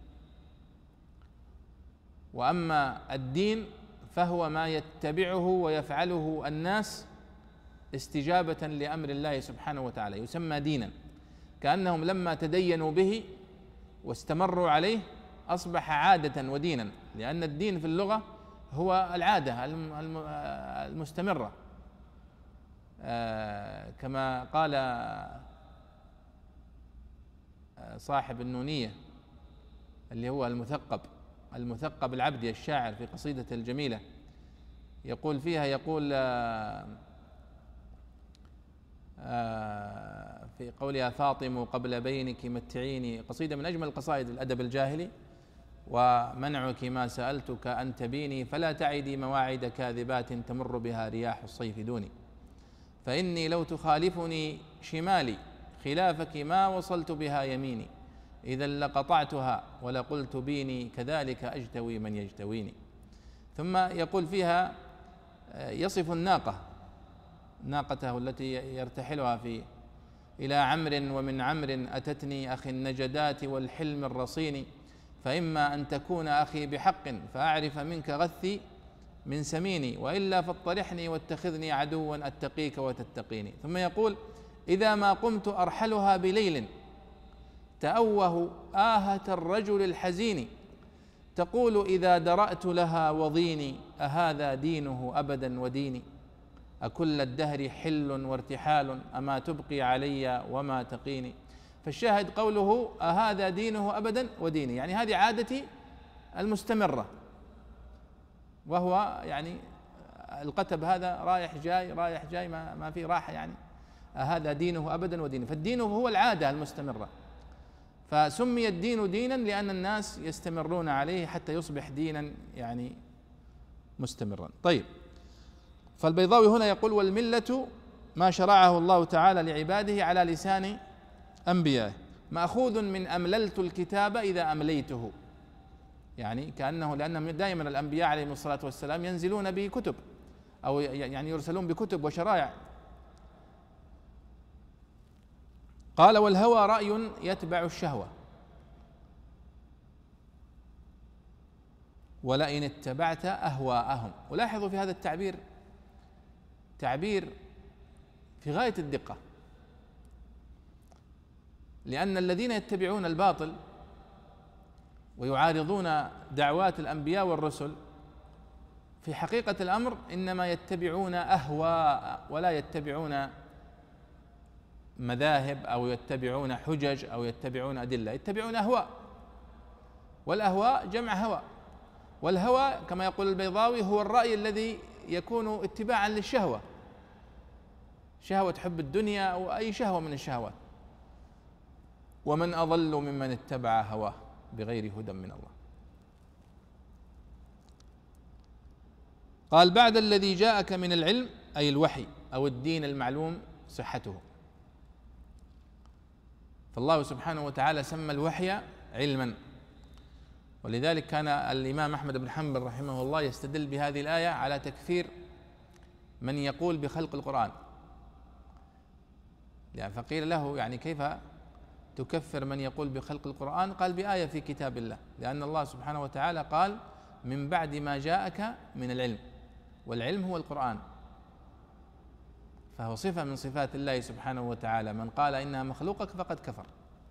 وأما الدين فهو ما يتبعه ويفعله الناس استجابة لأمر الله سبحانه وتعالى، يسمى دينا، كأنهم لما تدينوا به واستمروا عليه أصبح عادة ودينا، لأن الدين في اللغة هو العادة المستمرة، كما قال صاحب النونية اللي هو المثقب المثقب العبدي الشاعر في قصيدة الجميلة، يقول فيها يقول في قولها: فاطم قبل بينك متعيني، قصيدة من أجمل قصائد الأدب الجاهلي، ومنعك ما سألتك أن تبيني، فلا تعدي مواعيد كاذبات تمر بها رياح الصيف دوني، فإني لو تخالفني شمالي خلافك ما وصلت بها يميني، إذا لقطعتها ولقلت بيني كذلك أجتوي من يجتويني. ثم يقول فيها يصف الناقة ناقته التي يرتحلها في إلى عمرو ومن عمرو أتتني أخي النجدات والحلم الرصين، فإما أن تكون أخي بحق فأعرف منك غثي من سميني، وإلا فاطرحني واتخذني عدوا أتقيك وتتقيني. ثم يقول: إذا ما قمت أرحلها بليل تأوه آهة الرجل الحزين، تقول إذا درأت لها وضيني أهذا دينه أبدا وديني، أكل الدهر حل وارتحال أما تبقي علي وما تقيني. فالشاهد قوله أهذا دينه أبدا وديني، يعني هذه عادتي المستمرة، وهو يعني القتب هذا رايح جاي رايح جاي ما, ما في راحة، يعني هذا دينه أبدا وديني، فالدين هو العادة المستمرة، فسمي الدين دينا لأن الناس يستمرون عليه حتى يصبح دينا يعني مستمرا. طيب، فالبيضاوي هنا يقول: والملة ما شرعه الله تعالى لعباده على لسان أنبيائه مأخوذ من أمللت الكتاب إذا أمليته، يعني كأنه لأنهم دائما الأنبياء عليهم الصلاة والسلام ينزلون بكتب أو يعني يرسلون بكتب وشرائع. قال: والهوى رأي يتبع الشهوة، ولئن اتبعت أهواءهم. ولاحظوا في هذا التعبير تعبير في غاية الدقة، لأن الذين يتبعون الباطل ويعارضون دعوات الأنبياء والرسل في حقيقة الأمر إنما يتبعون أهواء ولا يتبعون مذاهب أو يتبعون حجج أو يتبعون أدلة، يتبعون أهواء، والأهواء جمع هوى، والهوى كما يقول البيضاوي هو الرأي الذي يكون اتباعا للشهوة، شهوة حب الدنيا أو أي شهوة من الشهوات. ومن أضل ممن اتبع هواه بغير هدى من الله. قال بعد الذي جاءك من العلم أي الوحي أو الدين المعلوم صحته. فالله سبحانه وتعالى سمى الوحي علما، ولذلك كان الإمام أحمد بن حنبل رحمه الله يستدل بهذه الآية على تكفير من يقول بخلق القرآن، يعني فقيل له يعني كيف تكفر من يقول بخلق القرآن؟ قال بآية في كتاب الله، لأن الله سبحانه وتعالى قال من بعد ما جاءك من العلم، والعلم هو القرآن، فهو صفة من صفات الله سبحانه وتعالى، من قال إنها مخلوقك فقد كفر.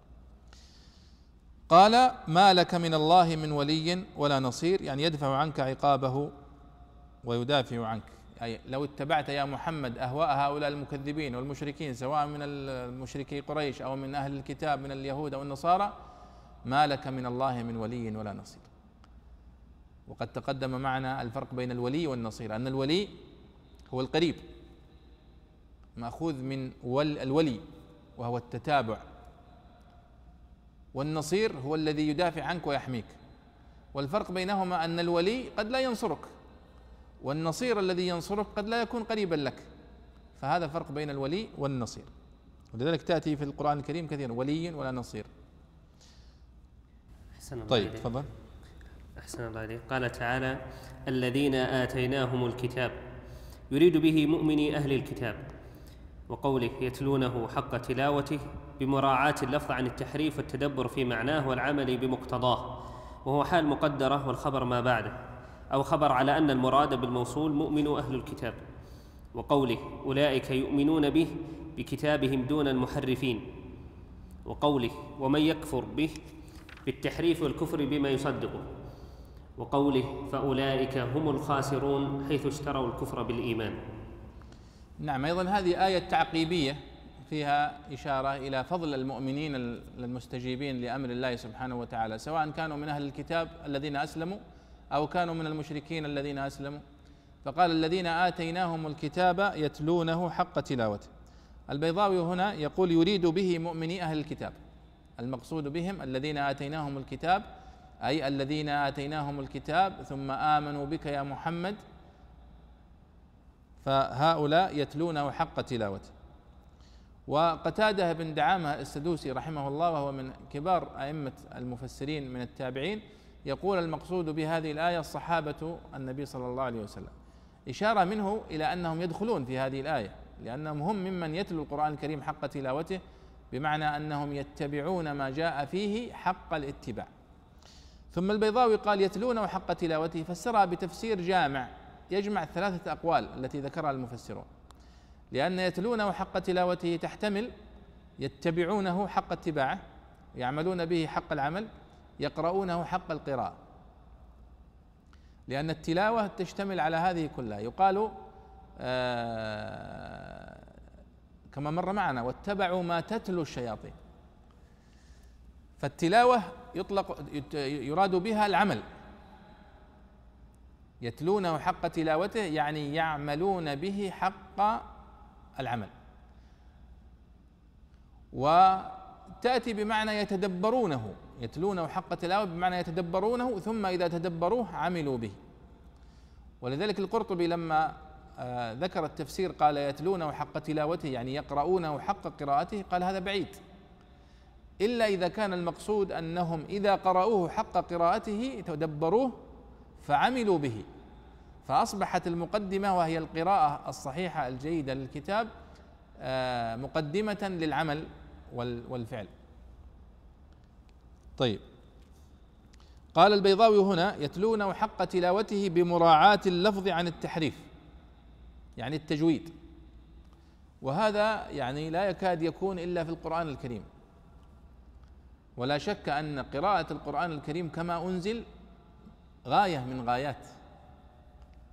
قال ما لك من الله من ولي ولا نصير، يعني يدفع عنك عقابه ويدافع عنك، أي لو اتبعت يا محمد أهواء هؤلاء المكذبين والمشركين سواء من المشركي قريش أو من أهل الكتاب من اليهود أو النصارى، ما لك من الله من ولي ولا نصير. وقد تقدم معنا الفرق بين الولي والنصير، أن الولي هو القريب مأخوذ من الولي وهو التتابع، والنصير هو الذي يدافع عنك ويحميك. والفرق بينهما أن الولي قد لا ينصرك، والنصير الذي ينصرك قد لا يكون قريبا لك، فهذا فرق بين الولي والنصير، ولذلك تأتي في القرآن الكريم كثيرا ولي ولا نصير. طيب تفضل. أحسن الله عليك. قال تعالى الذين آتيناهم الكتاب، يريد به مؤمني أهل الكتاب، وقوله يتلونه حق تلاوته بمراعاة اللفظ عن التحريف والتدبر في معناه والعمل بمقتضاه، وهو حال مقدرة والخبر ما بعده، أو خبر على أن المراد بالموصول مؤمن أهل الكتاب. وقوله أولئك يؤمنون به بكتابهم دون المحرفين، وقوله ومن يكفر به بالتحريف والكفر بما يصدقه، وقوله فأولئك هم الخاسرون حيث اشتروا الكفر بالإيمان. نعم، أيضا هذه آية تعقيبية فيها إشارة إلى فضل المؤمنين المستجيبين لأمر الله سبحانه وتعالى، سواء كانوا من أهل الكتاب الذين أسلموا أو كانوا من المشركين الذين أسلموا. فقال الذين آتيناهم الكتاب يتلونه حق تلاوته. البيضاوي هنا يقول يريد به مؤمني أهل الكتاب، المقصود بهم الذين آتيناهم الكتاب، أي الذين آتيناهم الكتاب ثم آمنوا بك يا محمد، فهؤلاء يتلونه حق تلاوته. وقتادة بن دعامة السدوسي رحمه الله وهو من كبار أئمة المفسرين من التابعين يقول المقصود بهذه الآية الصحابة النبي صلى الله عليه وسلم، إشارة منه إلى أنهم يدخلون في هذه الآية، لأنهم هم ممن يتلو القرآن الكريم حق تلاوته، بمعنى أنهم يتبعون ما جاء فيه حق الاتباع. ثم البيضاوي قال يتلونه حق تلاوته، فسرها بتفسير جامع يجمع ثلاثة أقوال التي ذكرها المفسرون، لأن يتلونه حق تلاوته تحتمل يتبعونه حق اتباعه، يعملون به حق العمل، يقرؤونه حق القراءة، لأن التلاوة تشتمل على هذه كلها. يقال آه كما مر معنا واتبعوا ما تتلو الشياطين، فالتلاوة يطلق يراد بها العمل، يتلونه حق تلاوته يعني يعملون به حق العمل. وتأتي بمعنى يتدبرونه، يتلونه حق تلاوة بمعنى يتدبرونه، ثم إذا تدبروه عملوا به. ولذلك القرطبي لما ذكر التفسير قال يتلونه حق تلاوته يعني يقرؤونه حق قراءته، قال هذا بعيد، إلا إذا كان المقصود أنهم إذا قرأوه حق قراءته تدبروه فعملوا به، فأصبحت المقدمة وهي القراءة الصحيحة الجيدة للكتاب مقدمة للعمل والفعل. طيب، قال البيضاوي هنا يتلونه حق تلاوته بمراعاة اللفظ عن التحريف، يعني التجويد، وهذا يعني لا يكاد يكون إلا في القرآن الكريم. ولا شك أن قراءة القرآن الكريم كما أنزل غاية من غايات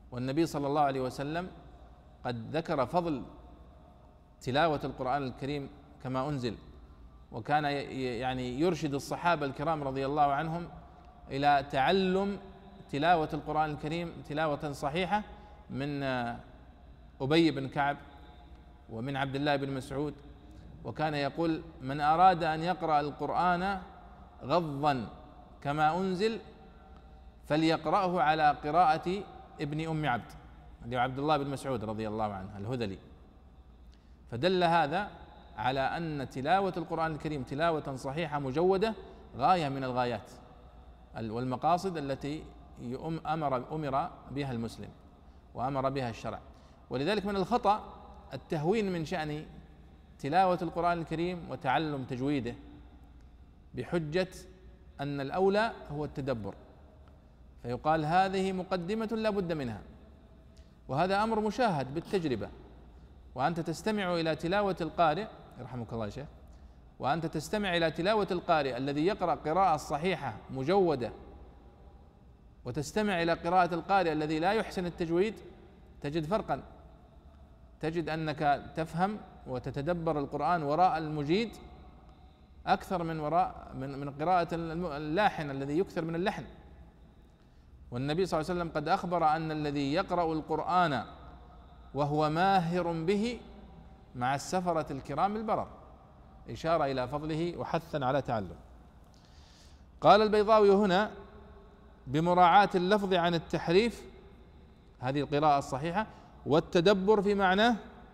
والنبي صلى الله عليه وسلم قد ذكر فضل تلاوة القرآن الكريم كما أنزل، وكان يعني يرشد الصحابة الكرام رضي الله عنهم إلى تعلم تلاوة القرآن الكريم تلاوة صحيحة من أبي بن كعب ومن عبد الله بن مسعود. وكان يقول: من أراد أن يقرأ القرآن غضا كما أنزل فليقرأه على قراءة ابن أم عبد، اللي هو عبد الله بن مسعود رضي الله عنه الهذلي. فدل هذا على أن تلاوة القرآن الكريم تلاوة صحيحة مجودة غاية من الغايات والمقاصد التي أمر أمر بها المسلم وأمر بها الشرع. ولذلك من الخطأ التهوين من شأن تلاوة القرآن الكريم وتعلم تجويده بحجة أن الأولى هو التدبر، فيقال هذه مقدمة لا بد منها، وهذا أمر مشاهد بالتجربة. وأنت تستمع إلى تلاوة القارئ يرحمك الله يا شيخ، وأنت تستمع إلى تلاوة القارئ الذي يقرأ قراءة صحيحة مجودة، وتستمع إلى قراءة القارئ الذي لا يحسن التجويد، تجد فرقا، تجد أنك تفهم وتتدبر القرآن وراء المجيد أكثر من وراء من من قراءة اللاحن الذي يكثر من اللحن. والنبي صلى الله عليه وسلم قد أخبر أن الذي يقرأ القرآن وهو ماهر به مع السفرة الكرام البرر، إشارة إلى فضله وحثا على تعلم. قال البيضاوي هنا: بمراعاة اللفظ عن التحريف، هذه القراءة الصحيحة، والتدبر في معناه،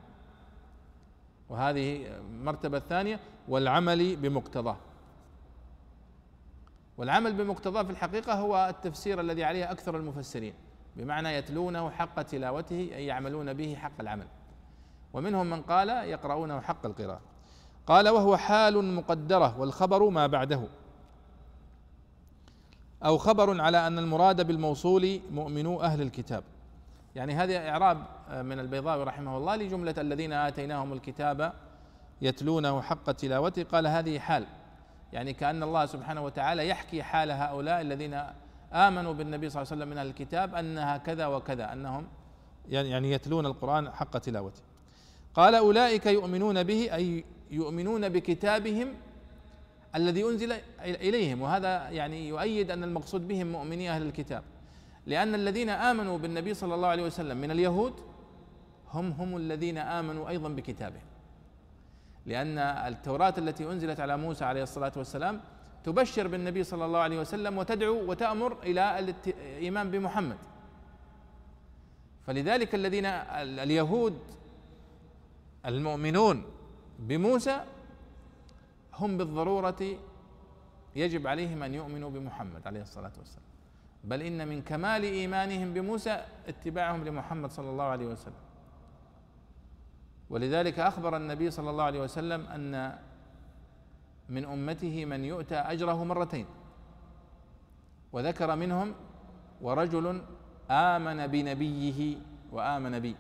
وهذه المرتبة الثانية، والعمل بمقتضاه. والعمل بمقتضاه في الحقيقة هو التفسير الذي عليه أكثر المفسرين، بمعنى يتلونه حق تلاوته أي يعملون به حق العمل، ومنهم من قال يقرؤونه حق القراءة. قال: وهو حال مقدرة، والخبر ما بعده، أو خبر على أن المراد بالموصول مؤمنو أهل الكتاب. يعني هذا إعراب من البيضاوي رحمه الله لجملة الذين آتيناهم الكتاب يتلونه حق تلاوته. قال هذه حال، يعني كأن الله سبحانه وتعالى يحكي حال هؤلاء الذين آمنوا بالنبي صلى الله عليه وسلم من أهل الكتاب أنها كذا وكذا، أنهم يعني يتلون القرآن حق تلاوته. قال: أولئك يؤمنون به، أي يؤمنون بكتابهم الذي أنزل إليهم. وهذا يعني يؤيد أن المقصود بهم مؤمني أهل الكتاب، لأن الذين آمنوا بالنبي صلى الله عليه وسلم من اليهود هم هم الذين آمنوا أيضا بكتابه، لأن التوراة التي أنزلت على موسى عليه الصلاة والسلام تبشر بالنبي صلى الله عليه وسلم وتدعو وتأمر إلى الإيمان بمحمد. فلذلك الذين اليهود المؤمنون بموسى هم بالضرورة يجب عليهم أن يؤمنوا بمحمد عليه الصلاة والسلام، بل إن من كمال إيمانهم بموسى اتباعهم لمحمد صلى الله عليه وسلم. ولذلك أخبر النبي صلى الله عليه وسلم أن من أمته من يؤتى أجره مرتين، وذكر منهم: ورجل آمن بنبيه وآمن بي،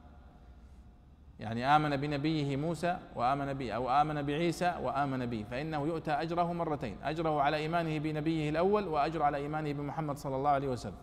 يعني آمن بنبيه موسى وآمن بي، أو آمن بعيسى وآمن بي، فإنه يؤتى أجره مرتين، أجره على إيمانه بنبيه الأول، وأجر على إيمانه بمحمد صلى الله عليه وسلم.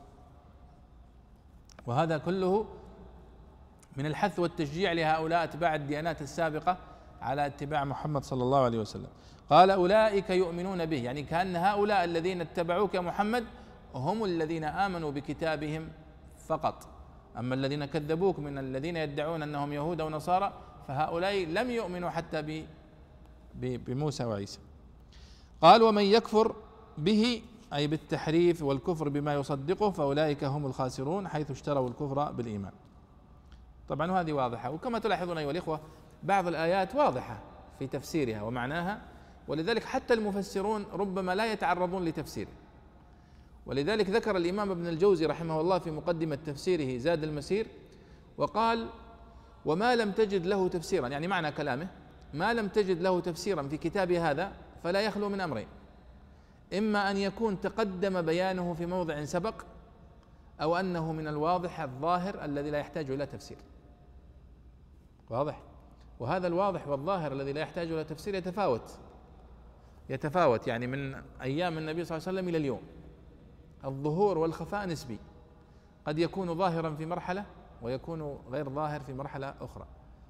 وهذا كله من الحث والتشجيع لهؤلاء اتباع الديانات السابقة على اتباع محمد صلى الله عليه وسلم. قال: أولئك يؤمنون به، يعني كأن هؤلاء الذين اتبعوك محمد هم الذين آمنوا بكتابهم فقط، أما الذين كذبوك من الذين يدعون أنهم يهود أو نصارى فهؤلاء لم يؤمنوا حتى بموسى وعيسى. قال: ومن يكفر به، أي بالتحريف والكفر بما يصدقه، فأولئك هم الخاسرون، حيث اشتروا الكفر بالإيمان. طبعا وهذه واضحة، وكما تلاحظون أيها الإخوة بعض الآيات واضحة في تفسيرها ومعناها، ولذلك حتى المفسرون ربما لا يتعرضون لتفسيره. ولذلك ذكر الإمام ابن الجوزي رحمه الله في مقدمة تفسيره زاد المسير وقال: وما لم تجد له تفسيرا، يعني معنى كلامه ما لم تجد له تفسيرا في كتاب هذا فلا يخلو من أمرين: إما أن يكون تقدم بيانه في موضع سبق، أو أنه من الواضح الظاهر الذي لا يحتاج إلى تفسير. واضح؟ وهذا الواضح والظاهر الذي لا يحتاج إلى تفسير يتفاوت يتفاوت يعني من أيام النبي صلى الله عليه وسلم إلى اليوم، الظهور والخفاء نسبي، قد يكون ظاهرا في مرحلة ويكون غير ظاهر في مرحلة أخرى.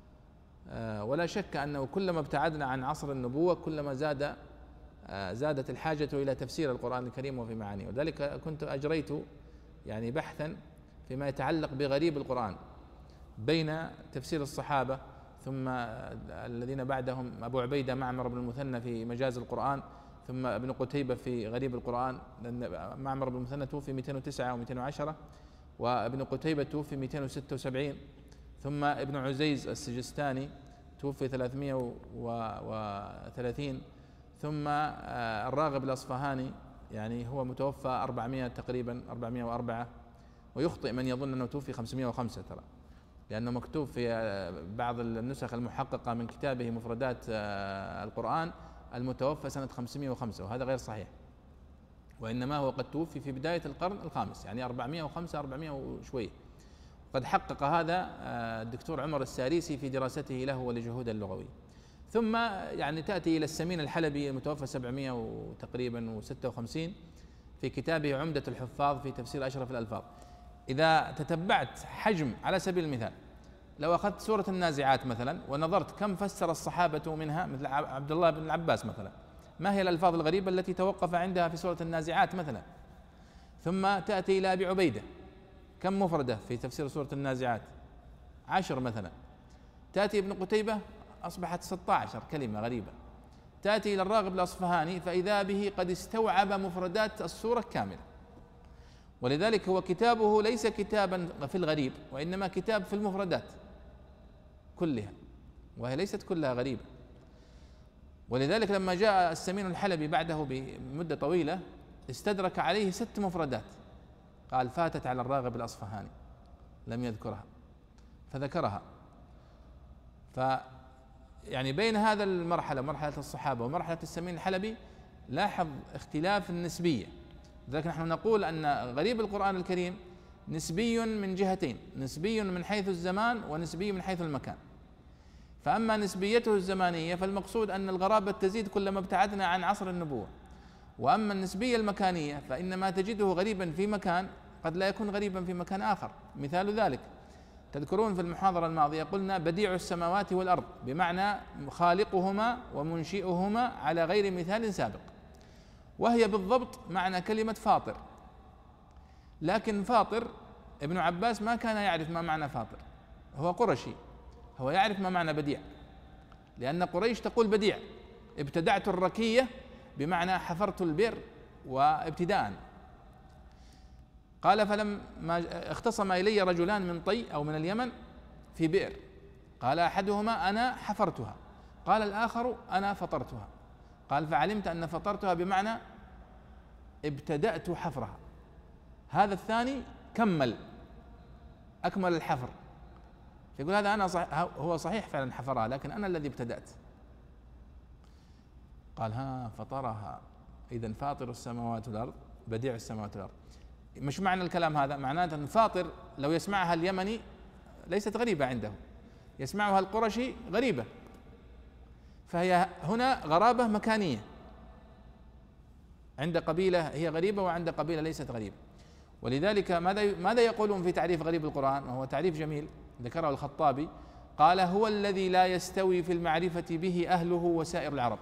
ولا شك أنه كلما ابتعدنا عن عصر النبوة كلما زاد زادت الحاجة إلى تفسير القرآن الكريم وفي معانيه. وذلك كنت أجريت يعني بحثا فيما يتعلق بغريب القرآن بين تفسير الصحابة ثم الذين بعدهم أبو عبيدة معمر بن المثنى في مجاز القرآن، ثم ابن قتيبة في غريب القرآن، لأن معمر بن المثنى توفي مئتين وتسعة أو مئتين وعشرة، وابن قتيبة توفي مئتين وستة وسبعين، ثم ابن عزيز السجستاني توفي ثلاثمئة وثلاثين، ثم الراغب الأصفهاني يعني هو متوفى أربعمئة تقريبا أربعمئة وأربعة، ويخطئ من يظن أنه توفي خمسمئة وخمسة ترى، لأنه مكتوب في بعض النسخ المحققة من كتابه مفردات القرآن المتوفى سنة خمسمئة وخمسة، وهذا غير صحيح، وإنما هو قد توفي في بداية القرن الخامس يعني أربعمئة وخمسة أربعمئة وشوي. قد حقق هذا الدكتور عمر الساريسي في دراسته له ولجهود اللغوي. ثم يعني تأتي إلى السمين الحلبي المتوفى سبعمئة تقريبا وستة وخمسين في كتابه عمدة الحفاظ في تفسير أشرف الألفاظ. إذا تتبعت حجم، على سبيل المثال لو أخذت سورة النازعات مثلا ونظرت كم فسر الصحابة منها، مثل عبد الله بن العباس مثلا، ما هي الألفاظ الغريبة التي توقف عندها في سورة النازعات مثلا؟ ثم تأتي إلى أبي عبيدة، كم مفردة في تفسير سورة النازعات؟ عشر مثلا. تأتي ابن قتيبة أصبحت ستة عشر كلمة غريبة. تأتي إلى الراغب الأصفهاني فإذا به قد استوعب مفردات السورة كاملة. ولذلك هو كتابه ليس كتابا في الغريب، وإنما كتاب في المفردات كلها، وهي ليست كلها غريبة. ولذلك لما جاء السمين الحلبي بعده بمدة طويلة استدرك عليه ست مفردات، قال فاتت على الراغب الأصفهاني لم يذكرها فذكرها. ف يعني بين هذا المرحلة مرحلة الصحابة ومرحلة السمين الحلبي لاحظ اختلاف النسبية. لذلك نحن نقول أن غريب القرآن الكريم نسبي من جهتين، نسبي من حيث الزمان ونسبي من حيث المكان. فأما نسبيته الزمانية فالمقصود أن الغرابة تزيد كلما ابتعدنا عن عصر النبوة، وأما النسبية المكانية فإن ما تجده غريبا في مكان قد لا يكون غريبا في مكان آخر. مثال ذلك تذكرون في المحاضرة الماضية قلنا بديع السماوات والأرض، بمعنى خالقهما ومنشئهما على غير مثال سابق، وهي بالضبط معنى كلمة فاطر. لكن فاطر ابن عباس ما كان يعرف ما معنى فاطر، هو قرشي، هو يعرف ما معنى بديع، لأن قريش تقول بديع، ابتدعت الركية بمعنى حفرت البئر وابتداء. قال فلما اختصم إلي رجلان من طي أو من اليمن في بئر، قال أحدهما أنا حفرتها، قال الآخر أنا فطرتها، قال فعلمت أن فطرتها بمعنى ابتدأت حفرها، هذا الثاني كمل أكمل الحفر، يقول هذا أنا صح، هو صحيح فعلا حفرها لكن أنا الذي ابتدأت. قال ها فطرها، إذن فاطر السماوات والأرض بديع السماوات والأرض. مش معنى الكلام هذا؟ معناته أن فاطر لو يسمعها اليمني ليست غريبة عنده، يسمعها القرشي غريبة، فهي هنا غرابة مكانية، عند قبيلة هي غريبة وعند قبيلة ليست غريبة. ولذلك ماذا ماذا يقولون في تعريف غريب القرآن؟ وهو تعريف جميل ذكره الخطابي، قال هو الذي لا يستوي في المعرفة به أهله وسائر العرب.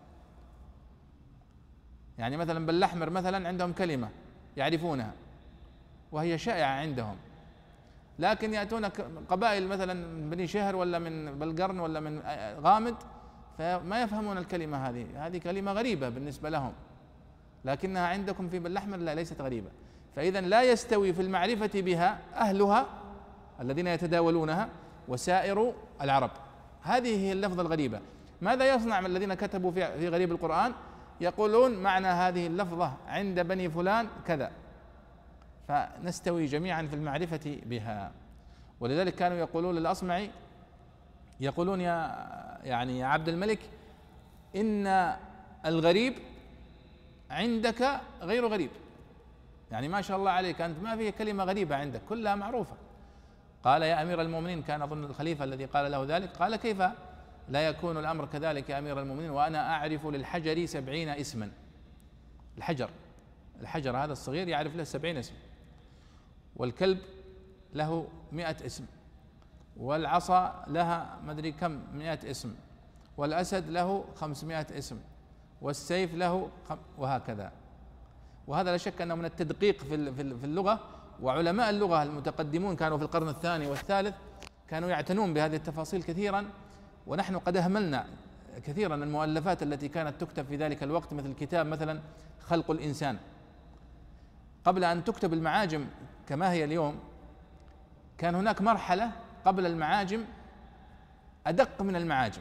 يعني مثلا بالأحمر مثلا عندهم كلمة يعرفونها وهي شائعة عندهم، لكن يأتون قبائل مثلا من بني شهر ولا من بلقرن ولا من غامد فما يفهمون الكلمة هذه، هذه كلمة غريبة بالنسبة لهم، لكنها عندكم في بالأحمر لا ليست غريبة. فإذا لا يستوي في المعرفة بها أهلها الذين يتداولونها وسائر العرب، هذه هي اللفظة الغريبة. ماذا يصنع من الذين كتبوا في غريب القرآن؟ يقولون معنى هذه اللفظة عند بني فلان كذا، فنستوي جميعا في المعرفة بها. ولذلك كانوا يقولون للأصمعي، يقولون يا يعني يا عبد الملك إن الغريب عندك غير غريب، يعني ما شاء الله عليك أنت ما في كلمة غريبة عندك كلها معروفة. قال يا أمير المؤمنين، كان أظن الخليفة الذي قال له ذلك، قال كيف لا يكون الأمر كذلك يا أمير المؤمنين وأنا أعرف للحجر سبعين اسما. الحجر الحجر هذا الصغير يعرف له سبعين اسم، والكلب له مئة اسم، والعصا لها مدري كم مئة اسم، والأسد له خمسمائة اسم، والسيف له خم وهكذا. وهذا لا شك أنه من التدقيق في في اللغة، وعلماء اللغة المتقدمون كانوا في القرن الثاني والثالث كانوا يعتنون بهذه التفاصيل كثيرا، ونحن قد أهملنا كثيرا المؤلفات التي كانت تكتب في ذلك الوقت، مثل كتاب مثلا خلق الإنسان. قبل أن تكتب المعاجم كما هي اليوم كان هناك مرحلة قبل المعاجم أدق من المعاجم،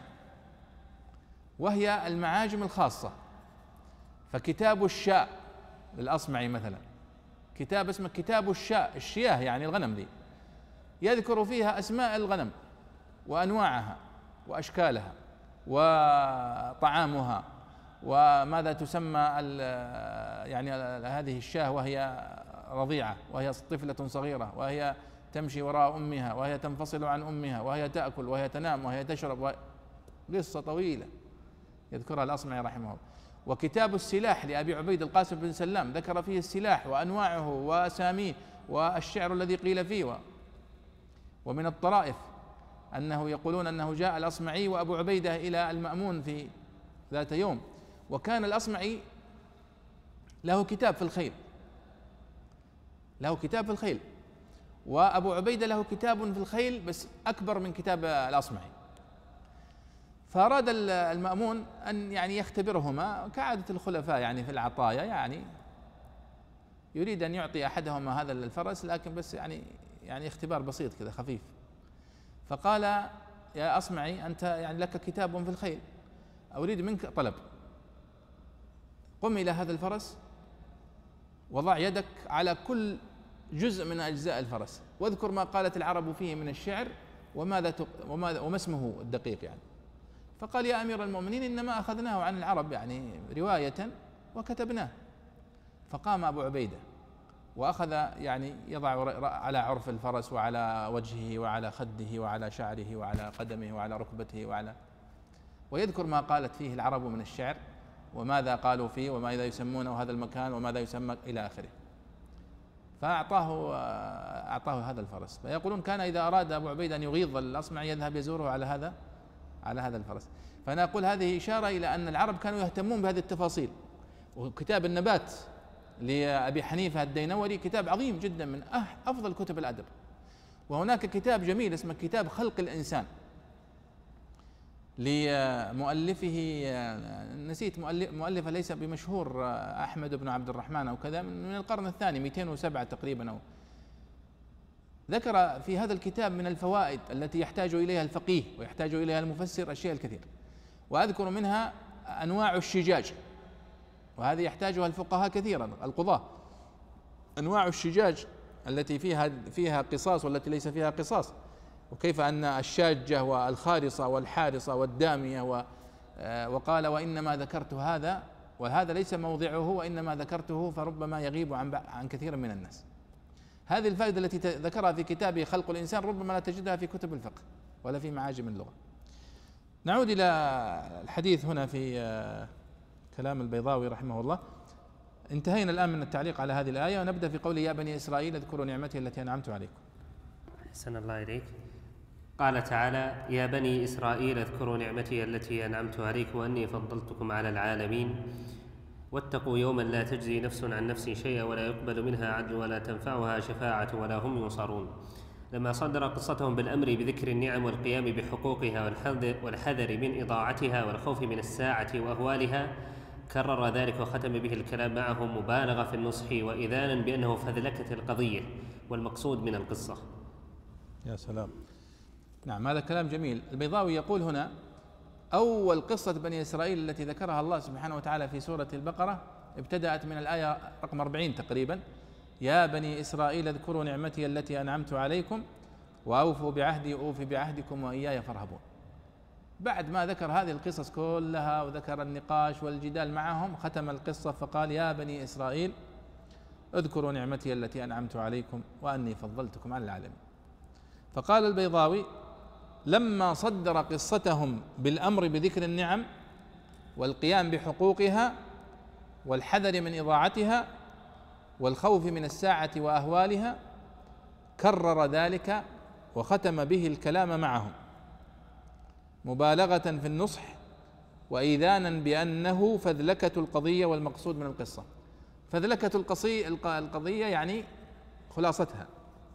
وهي المعاجم الخاصة. فكتاب الشاء للأصمعي مثلا، كتاب اسمه كتاب الشاء، الشياه يعني الغنم دي، يذكر فيها أسماء الغنم وأنواعها وأشكالها وطعامها وماذا تسمى يعني هذه الشاة وهي رضيعة، وهي طفلة صغيرة، وهي تمشي وراء أمها، وهي تنفصل عن أمها، وهي تأكل، وهي تنام، وهي تشرب، وهي قصة طويلة يذكرها الأصمعي رحمه الله. وكتاب السلاح لأبي عبيد القاسم بن سلام ذكر فيه السلاح وأنواعه وأساميه والشعر الذي قيل فيه. ومن الطرائف أنه يقولون أنه جاء الأصمعي وأبو عبيدة إلى المأمون في ذات يوم، وكان الأصمعي له كتاب في الخيل، له كتاب في الخيل، وأبو عبيدة له كتاب في الخيل بس أكبر من كتاب الأصمعي. فأراد المأمون أن يعني يختبرهما كعادة الخلفاء يعني في العطايا، يعني يريد أن يعطي أحدهما هذا الفرس، لكن بس يعني يعني اختبار بسيط كذا خفيف. فقال: يا أصمعي أنت يعني لك كتاب في الخيل، أريد منك طلب، قم إلى هذا الفرس وضع يدك على كل جزء من أجزاء الفرس، واذكر ما قالت العرب فيه من الشعر وماذا وما وما اسمه الدقيق يعني. فقال: يا أمير المؤمنين إنما أخذناه عن العرب يعني رواية وكتبناه. فقام أبو عبيدة وأخذ يعني يضع على عرف الفرس وعلى وجهه وعلى خده وعلى شعره وعلى قدمه وعلى ركبته وعلى ويذكر ما قالت فيه العرب من الشعر وماذا قالوا فيه وماذا يسمونه هذا المكان وماذا يسمى إلى آخره. فأعطاه أعطاه هذا الفرس. فيقولون كان إذا أراد أبو عبيدة أن يغيظ الأصمعي يذهب يزوره على هذا على هذا الفرس. فأنا أقول هذه إشارة إلى أن العرب كانوا يهتمون بهذه التفاصيل. وكتاب النبات لأبي حنيفة الدينوري كتاب عظيم جدا من أفضل كتب الأدب. وهناك كتاب جميل اسمه كتاب خلق الإنسان لمؤلفه، نسيت مؤلفه ليس بمشهور، أحمد بن عبد الرحمن أو كذا، من القرن الثاني مئتين وسبعة تقريبا. أو ذكر في هذا الكتاب من الفوائد التي يحتاج إليها الفقيه ويحتاج إليها المفسر أشياء الكثير، وأذكر منها أنواع الشجاج، وهذه يحتاجها الفقهاء كثيرا القضاة، أنواع الشجاج التي فيها فيها قصاص والتي ليس فيها قصاص، وكيف أن الشاجة والخارصة والحارصة والدامية. وقال: وإنما ذكرت هذا وهذا ليس موضعه، وإنما ذكرته فربما يغيب عن عن كثير من الناس. هذه الفائدة التي ذكرها في كتابه خلق الإنسان ربما لا تجدها في كتب الفقه ولا في معاجم اللغة. نعود إلى الحديث هنا في كلام البيضاوي رحمه الله. انتهينا الآن من التعليق على هذه الآية، ونبدأ في قوله: يا بني إسرائيل اذكروا نعمتي التي أنعمت عليكم. أحسن الله إليك. قال تعالى: يا بني إسرائيل اذكروا نعمتي التي أنعمت عليكم وأني فضلتكم على العالمين واتقوا يوما لا تجزي نفس عن نفس شيئا ولا يقبل منها عدل ولا تنفعها شفاعة ولا هم ينصرون. لما صدر قصتهم بالأمر بذكر النعم والقيام بحقوقها والحذر من إضاعتها والخوف من الساعة وأهوالها، كرر ذلك وختم به الكلام معهم مبالغة في النصح وإذانا بأنه فذلكة القضية والمقصود من القصة. يا سلام. نعم، هذا كلام جميل. البيضاوي يقول هنا: أول قصة بني إسرائيل التي ذكرها الله سبحانه وتعالى في سورة البقرة ابتدأت من الآية رقم أربعين تقريبا: يا بني إسرائيل اذكروا نعمتي التي أنعمت عليكم وأوفوا بعهدي أوف بعهدكم وإياي فارهبون. بعد ما ذكر هذه القصص كلها وذكر النقاش والجدال معهم، ختم القصة فقال: يا بني إسرائيل اذكروا نعمتي التي أنعمت عليكم وأني فضلتكم على العالمين. فقال البيضاوي: لما صدر قصتهم بالأمر بذكر النعم والقيام بحقوقها والحذر من إضاعتها والخوف من الساعة وأهوالها، كرر ذلك وختم به الكلام معهم مبالغة في النصح وإيذانا بأنه فذلكة القضية والمقصود من القصة. فذلكة القضية يعني خلاصتها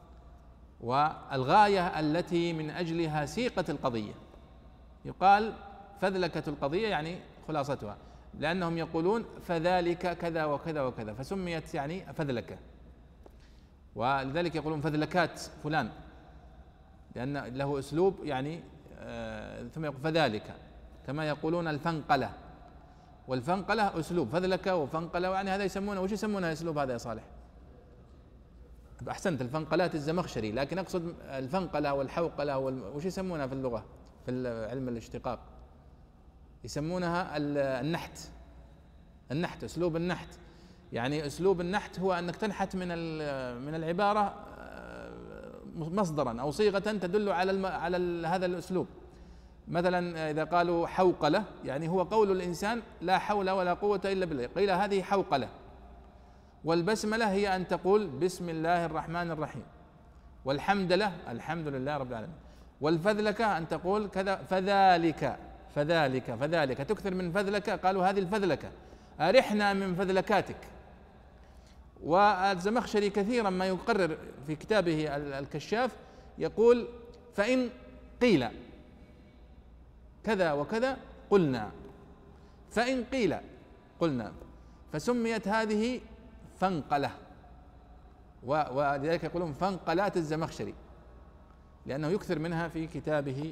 والغاية التي من أجلها سيقت القضية، يقال فذلكة القضية يعني خلاصتها، لأنهم يقولون فذلك كذا وكذا وكذا فسميت يعني فذلكة، ولذلك يقولون فذلكات فلان لأن له أسلوب يعني آه ثم يقول فذلك، كما يقولون الفنقلة، والفنقلة أسلوب، فذلكة وفنقلة يعني هذا يسمونه، وش يسمونه الأسلوب هذا يا صالح؟ أحسنت، الفنقلات الزمخشري، لكن أقصد الفنقلة والحوقلة وال... وش يسمونها في اللغة في علم الاشتقاق؟ يسمونها النحت، النحت، أسلوب النحت. يعني أسلوب النحت هو أنك تنحت من من العبارة مصدرا أو صيغة تدل على الم... على ال... هذا الأسلوب. مثلا إذا قالوا حوقلة يعني هو قول الإنسان لا حول ولا قوة إلا بالله، قيل هذه حوقلة. والبسملة هي أن تقول بسم الله الرحمن الرحيم، والحمد لله الحمد لله رب العالمين. والفذلكة أن تقول كذا فذلك فذلك فذلك، تكثر من فذلكة، قالوا هذه الفذلكة، أرحنا من فذلكاتك. والزمخشري كثيرا ما يقرر في كتابه الكشاف يقول فإن قيل كذا وكذا قلنا، فإن قيل قلنا، فسميت هذه فنقلة، ولذلك يقولون فنقلات الزمخشري لأنه يكثر منها في كتابه.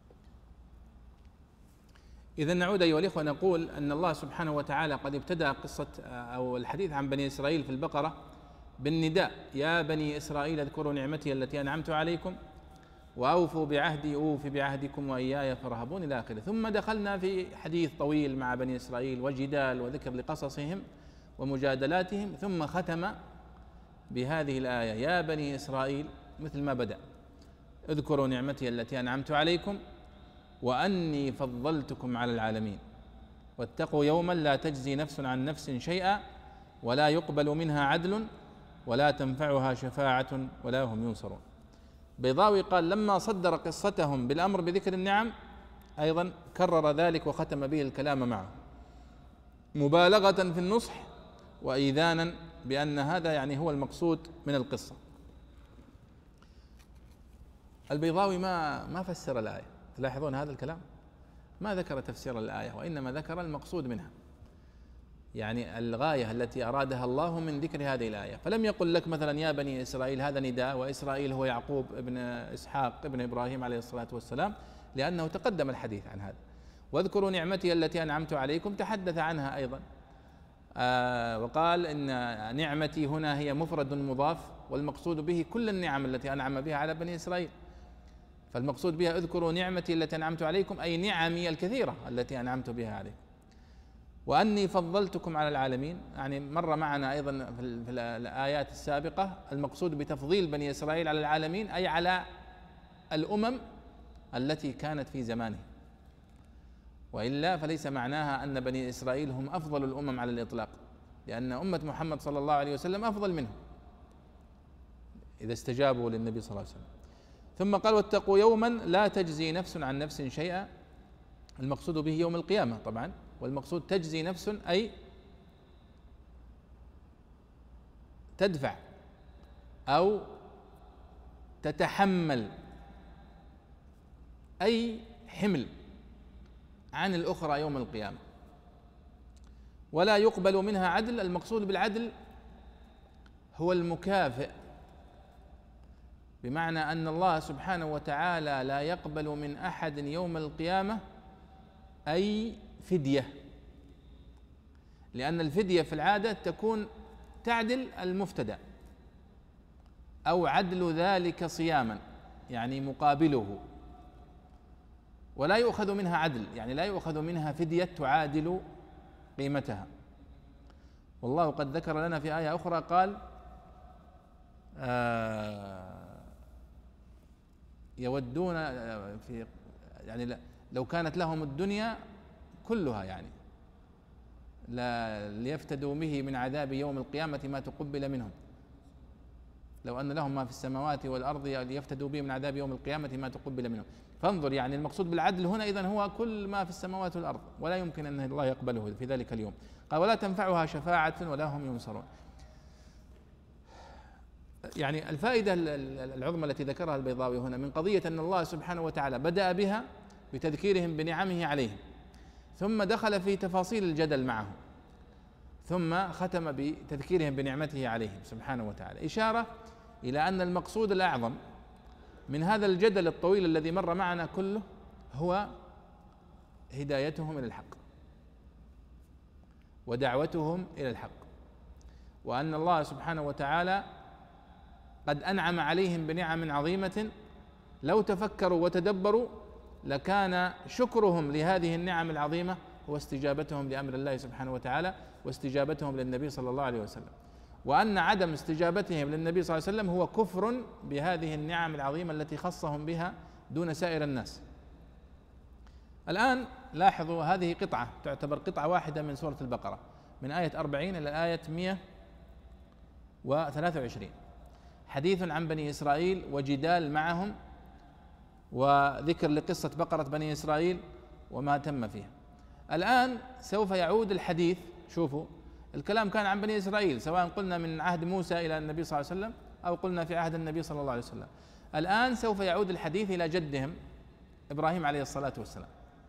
إذا نعود أيها الإخوة نقول أن الله سبحانه وتعالى قد ابتدأ قصة أو الحديث عن بني إسرائيل في البقرة بالنداء: يا بني إسرائيل اذكروا نعمتي التي أنعمت عليكم وأوفوا بعهدي أوف بعهدكم وإياي فارهبون إلى آخره. ثم دخلنا في حديث طويل مع بني إسرائيل وجدال وذكر لقصصهم ومجادلاتهم، ثم ختم بهذه الآية: يا بني إسرائيل، مثل ما بدأ: اذكروا نعمتي التي أنعمت عليكم وأني فضلتكم على العالمين واتقوا يوما لا تجزي نفس عن نفس شيئا ولا يقبل منها عدل ولا تنفعها شفاعة ولا هم ينصرون. بيضاوي قال لما صدر قصتهم بالأمر بذكر النعم أيضا كرر ذلك وختم به الكلام معه مبالغة في النصح وإيذانا بأن هذا يعني هو المقصود من القصة. البيضاوي ما ما فسر الآية، تلاحظون هذا الكلام، ما ذكر تفسير الآية وإنما ذكر المقصود منها، يعني الغاية التي أرادها الله من ذكر هذه الآية. فلم يقل لك مثلا يا بني إسرائيل هذا نداء، وإسرائيل هو يعقوب ابن إسحاق ابن إبراهيم عليه الصلاة والسلام، لأنه تقدم الحديث عن هذا. واذكروا نعمتي التي أنعمت عليكم تحدث عنها أيضا، آه وقال إن نعمتي هنا هي مفرد مضاف، والمقصود به كل النعم التي أنعم بها على بني إسرائيل، فالمقصود بها اذكروا نعمتي التي أنعمت عليكم أي نعمي الكثيرة التي أنعمت بها عليكم، وأني فضلتكم على العالمين. يعني مر معنا أيضا في الآيات السابقة المقصود بتفضيل بني إسرائيل على العالمين أي على الأمم التي كانت في زمانه، وإلا فليس معناها أن بني إسرائيل هم أفضل الأمم على الإطلاق، لأن أمة محمد صلى الله عليه وسلم أفضل منهم إذا استجابوا للنبي صلى الله عليه وسلم. ثم قال واتقوا يوما لا تجزي نفس عن نفس شيئا، المقصود به يوم القيامة طبعا، والمقصود تجزي نفس أي تدفع أو تتحمل أي حمل عن الأخرى يوم القيامة، ولا يقبل منها عدل. المقصود بالعدل هو المكافئ، بمعنى أن الله سبحانه وتعالى لا يقبل من أحد يوم القيامة أي فدية، لأن الفدية في العادة تكون تعدل المفتدى أو عدل ذلك صياما، يعني مقابله، ولا يؤخذ منها عدل، يعني لا يؤخذ منها فدية تعادل قيمتها. والله قد ذكر لنا في آية أخرى قال آه يودون في يعني لو كانت لهم الدنيا كلها يعني لا ليفتدوا به من عذاب يوم القيامة ما تقبل منهم. لو أن لهم ما في السماوات والأرض ليفتدوا به من عذاب يوم القيامة ما تقبل منهم. فانظر، يعني المقصود بالعدل هنا إذن هو كل ما في السماوات والأرض، ولا يمكن أن الله يقبله في ذلك اليوم. قال ولا تنفعها شفاعة ولا هم ينصرون. يعني الفائدة العظمى التي ذكرها البيضاوي هنا من قضية أن الله سبحانه وتعالى بدأ بها بتذكيرهم بنعمه عليهم، ثم دخل في تفاصيل الجدل معهم، ثم ختم بتذكيرهم بنعمته عليهم سبحانه وتعالى، إشارة إلى أن المقصود الأعظم من هذا الجدل الطويل الذي مر معنا كله هو هدايتهم إلى الحق ودعوتهم إلى الحق، وأن الله سبحانه وتعالى قد أنعم عليهم بنعم عظيمة لو تفكروا وتدبروا لكان شكرهم لهذه النعم العظيمة هو استجابتهم لأمر الله سبحانه وتعالى واستجابتهم للنبي صلى الله عليه وسلم، وأن عدم استجابتهم للنبي صلى الله عليه وسلم هو كفر بهذه النعم العظيمة التي خصهم بها دون سائر الناس. الآن لاحظوا هذه قطعة تعتبر قطعة واحدة من سورة البقرة من آية أربعين إلى آية مئة وثلاثة وعشرين، حديث عن بني إسرائيل وجدال معهم وذكر لقصة بقرة بني إسرائيل وما تم فيها. الآن سوف يعود الحديث، شوفوا الكلام كان عن بني إسرائيل سواء قلنا من عهد موسى إلى النبي صلى الله عليه وسلم أو قلنا في عهد النبي صلى الله عليه وسلم. الآن سوف يعود الحديث إلى جدهم إبراهيم عليه الصلاة والسلام.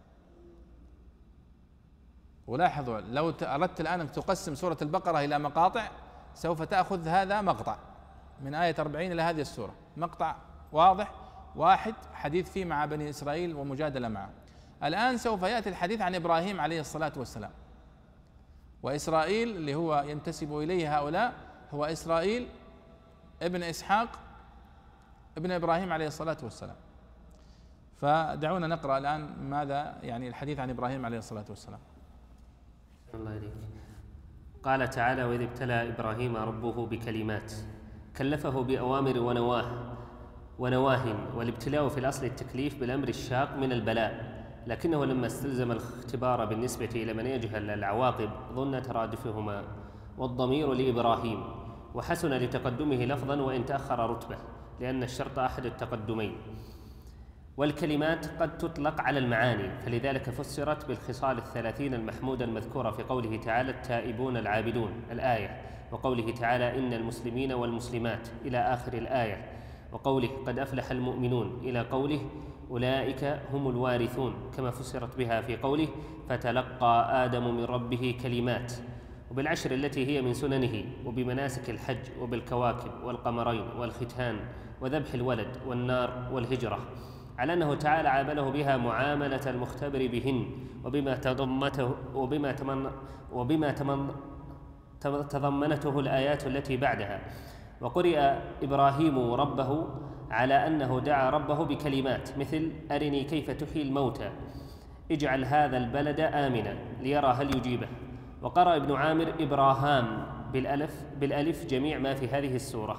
ولاحظوا لو أردت الآن أن تقسم سورة البقرة إلى مقاطع سوف تأخذ هذا مقطع من آية أربعين إلى هذه السورة، مقطع واضح واحد حديث فيه مع بني إسرائيل ومجادلة معه. الآن سوف يأتي الحديث عن إبراهيم عليه الصلاة والسلام، وإسرائيل اللي هو ينتسب إليه هؤلاء هو إسرائيل ابن إسحاق ابن إبراهيم عليه الصلاة والسلام. فدعونا نقرأ الآن ماذا يعني الحديث عن إبراهيم عليه الصلاة والسلام. الله عليك. قال تعالى: وإذ ابتلى إبراهيم ربه بكلمات كلفه بأوامر ونواه ونواه والابتلاء في الأصل التكليف بالأمر الشاق من البلاء، لكنه لما استلزم الاختبار بالنسبة إلى من يجهل العواقب ظن ترادفهما، والضمير لإبراهيم، وحسن لتقدمه لفظا وإن تأخر رتبة، لأن الشرط أحد التقدمين. والكلمات قد تطلق على المعاني، فلذلك فسرت بالخصال الثلاثين المحمودة المذكورة في قوله تعالى: التائبون العابدون الآية، وقوله تعالى: إن المسلمين والمسلمات إلى آخر الآية، وقوله: قد أفلح المؤمنون إلى قوله: أولئك هم الوارثون، كما فسرت بها في قوله: فتلقى آدم من ربه كلمات، وبالعشر التي هي من سننه، وبمناسك الحج، وبالكواكب والقمرين والختان وذبح الولد والنار والهجرة، على أنه تعالى عامله بها معاملة المختبر بهن، وبما تضمته وبما تمن وبما تمن تضمنته الآيات التي بعدها. وقرئ إبراهيم ربه على أنه دعا ربه بكلمات مثل: أرني كيف تحيي الموتى، اجعل هذا البلد آمنا، ليرى هل يجيبه. وقرأ ابن عامر إبراهام بالألف بالألف جميع ما في هذه السورة.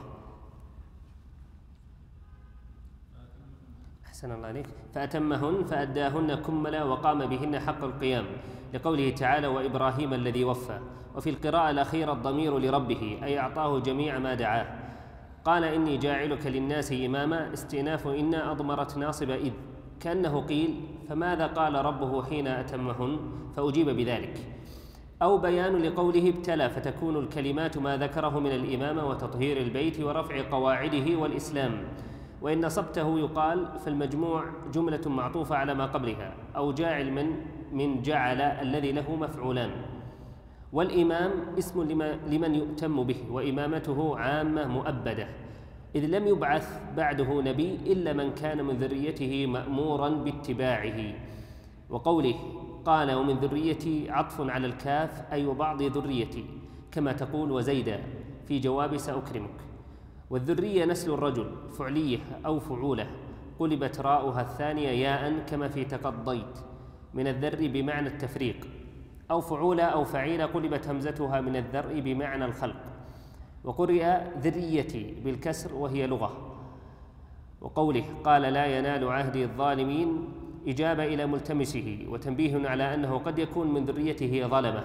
أحسن الله عليك. فأتمهن فأداهن كملا وقام بهن حق القيام، لقوله تعالى: وإبراهيم الذي وفى. وفي القراءة الأخيرة الضمير لربه، أي أعطاه جميع ما دعاه. قال: إني جاعلك للناس إماما، استئناف إن أضمرت ناصب إذ، كأنه قيل: فماذا قال ربه حين أتمهن؟ فأجيب بذلك. أو بيان لقوله ابتلى، فتكون الكلمات ما ذكره من الإمامة وتطهير البيت ورفع قواعده والإسلام. وإن نصبته يقال فالمجموع جملة معطوفة على ما قبلها، أو جاعل من من جعل الذي له مفعولان. والإمام اسم لمن يؤتم به، وإمامته عامة مؤبدة، إذ لم يبعث بعده نبي إلا من كان من ذريته مأمورا باتباعه. وقوله قال: ومن ذريتي عطف على الكاف، أي وبعض ذريتي، كما تقول وزيدا في جواب سأكرمك. والذرية نسل الرجل، فعلية أو فعولة، قلبت راؤها الثانية ياء كما في تقضيت، من الذر بمعنى التفريق، أو فعولة أو فعيلة قلبت همزتها من الذر بمعنى الخلق. وقرئ ذريتي بالكسر وهي لغة. وقوله قال: لا ينال عهدي الظالمين، إجابة إلى ملتمسه، وتنبيه على أنه قد يكون من ذريته ظلمة،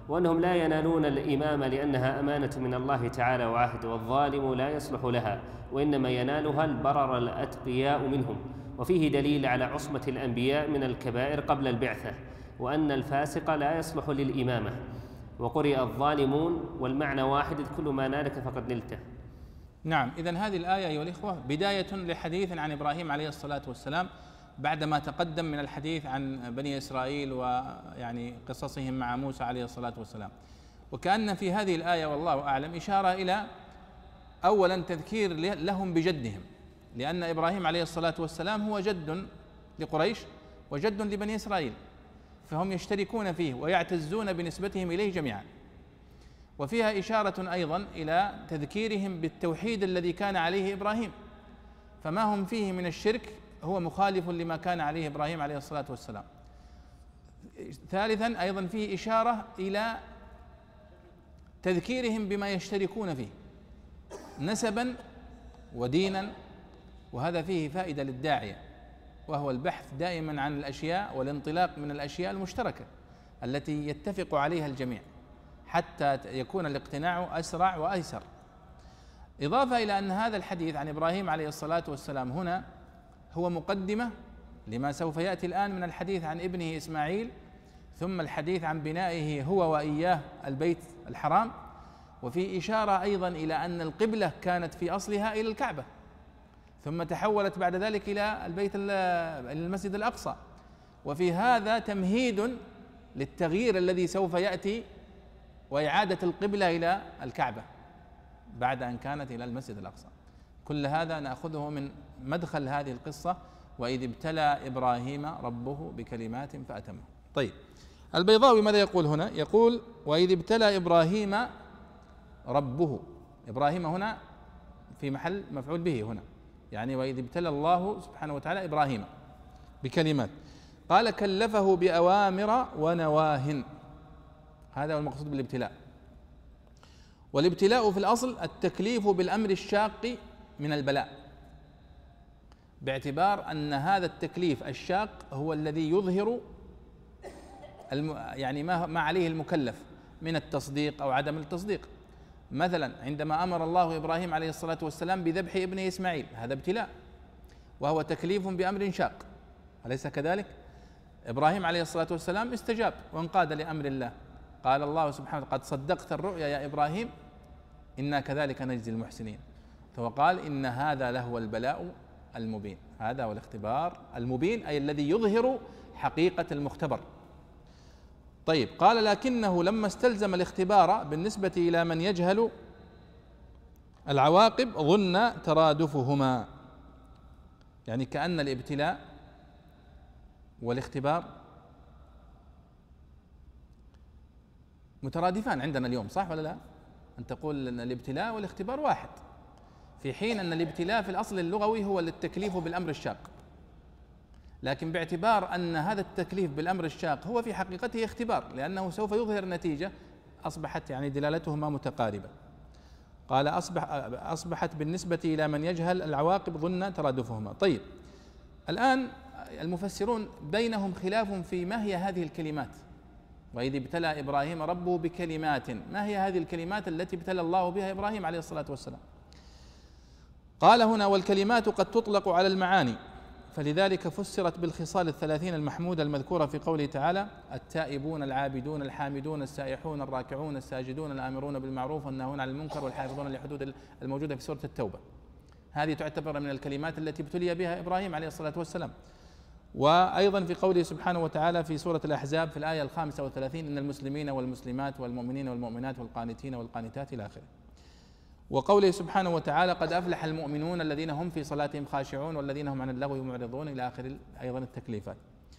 وأنهم لا ينالون الإمامة لأنها أمانة من الله تعالى وعهد، والظالم لا يصلح لها، وإنما ينالها البرر الأتقياء منهم. وفيه دليل على عصمة الأنبياء من الكبائر قبل البعثة، وأن الفاسق لا يصلح للإمامة. وقرئ الظالمون والمعنى واحد: كل ما نالك فقد نلته. نعم، إذن هذه الآية أيها الإخوة بداية لحديث عن إبراهيم عليه الصلاة والسلام بعدما تقدم من الحديث عن بني إسرائيل ويعني قصصهم مع موسى عليه الصلاة والسلام. وكأن في هذه الآية والله أعلم إشارة إلى أولا تذكير لهم بجدهم، لأن إبراهيم عليه الصلاة والسلام هو جد لقريش وجد لبني إسرائيل، فهم يشتركون فيه ويعتزون بنسبتهم إليه جميعا. وفيها إشارة أيضا إلى تذكيرهم بالتوحيد الذي كان عليه إبراهيم، فما هم فيه من الشرك هو مخالف لما كان عليه إبراهيم عليه الصلاة والسلام. ثالثا أيضا فيه إشارة إلى تذكيرهم بما يشتركون فيه نسبا ودينا، وهذا فيه فائدة للداعية، وهو البحث دائما عن الأشياء والانطلاق من الأشياء المشتركة التي يتفق عليها الجميع حتى يكون الاقتناع أسرع وأيسر. إضافة إلى أن هذا الحديث عن إبراهيم عليه الصلاة والسلام هنا هو مقدمة لما سوف يأتي الآن من الحديث عن ابنه إسماعيل، ثم الحديث عن بنائه هو وإياه البيت الحرام. وفي إشارة أيضا إلى أن القبلة كانت في أصلها إلى الكعبة، ثم تحولت بعد ذلك إلى البيت المسجد الأقصى. وفي هذا تمهيد للتغيير الذي سوف يأتي وإعادة القبلة إلى الكعبة بعد أن كانت إلى المسجد الأقصى. كل هذا نأخذه من مدخل هذه القصة: وإذ ابتلى إبراهيم ربه بكلمات فأتمه. طيب، البيضاوي ماذا يقول هنا؟ يقول: وإذ ابتلى إبراهيم ربه. إبراهيم هنا في محل مفعول به هنا، يعني وإذ ابتلى الله سبحانه وتعالى إبراهيم بكلمات، قال: كلفه بأوامر ونواه. هذا هو المقصود بالابتلاء. والابتلاء في الأصل التكليف بالأمر الشاق من البلاء، باعتبار أن هذا التكليف الشاق هو الذي يظهر الم يعني ما ما عليه المكلف من التصديق أو عدم التصديق. مثلا عندما أمر الله إبراهيم عليه الصلاة والسلام بذبح ابنه إسماعيل، هذا ابتلاء وهو تكليف بأمر شاق، أليس كذلك؟ إبراهيم عليه الصلاة والسلام استجاب وانقاد لأمر الله، قال الله سبحانه: قد صدقت الرؤيا يا إبراهيم إنا كذلك نجزي المحسنين. فقال: إن هذا لهو البلاء المبين. هذا هو الاختبار المبين، أي الذي يظهر حقيقة المختبر. طيب، قال: لكنه لما استلزم الاختبار بالنسبة إلى من يجهل العواقب ظن ترادفهما، يعني كأن الابتلاء والاختبار مترادفان عندنا اليوم، صح ولا لا؟ أن تقول أن الابتلاء والاختبار واحد، في حين أن الابتلاء في الأصل اللغوي هو التكليف بالأمر الشاق، لكن باعتبار أن هذا التكليف بالأمر الشاق هو في حقيقته اختبار، لأنه سوف يظهر نتيجة، أصبحت يعني دلالتهما متقاربة. قال: أصبح أصبحت بالنسبة إلى من يجهل العواقب ظن ترادفهما. طيب، الآن المفسرون بينهم خلاف في ما هي هذه الكلمات. وإذ ابتلى إبراهيم ربه بكلمات، ما هي هذه الكلمات التي ابتلى الله بها إبراهيم عليه الصلاة والسلام؟ قال هنا: والكلمات قد تطلق على المعاني، فلذلك فسرت بالخصال الثلاثين المحمودة المذكورة في قوله تعالى: التائبون العابدون الحامدون السائحون الراكعون الساجدون الآمرون بالمعروف والناهون عن المنكر والحافظون لحدود الموجودة في سورة التوبة. هذه تعتبر من الكلمات التي ابتلي بها إبراهيم عليه الصلاة والسلام. وأيضا في قوله سبحانه وتعالى في سورة الأحزاب في الآية الخامسة والثلاثين: إن المسلمين والمسلمات والمؤمنين والمؤمنات والقانتين والقانتات إلى آخره. وقوله سبحانه وتعالى: قد أفلح المؤمنون الذين هم في صلاتهم خاشعون والذين هم عن اللغو معرضون إلى آخر أيضا التكليفات.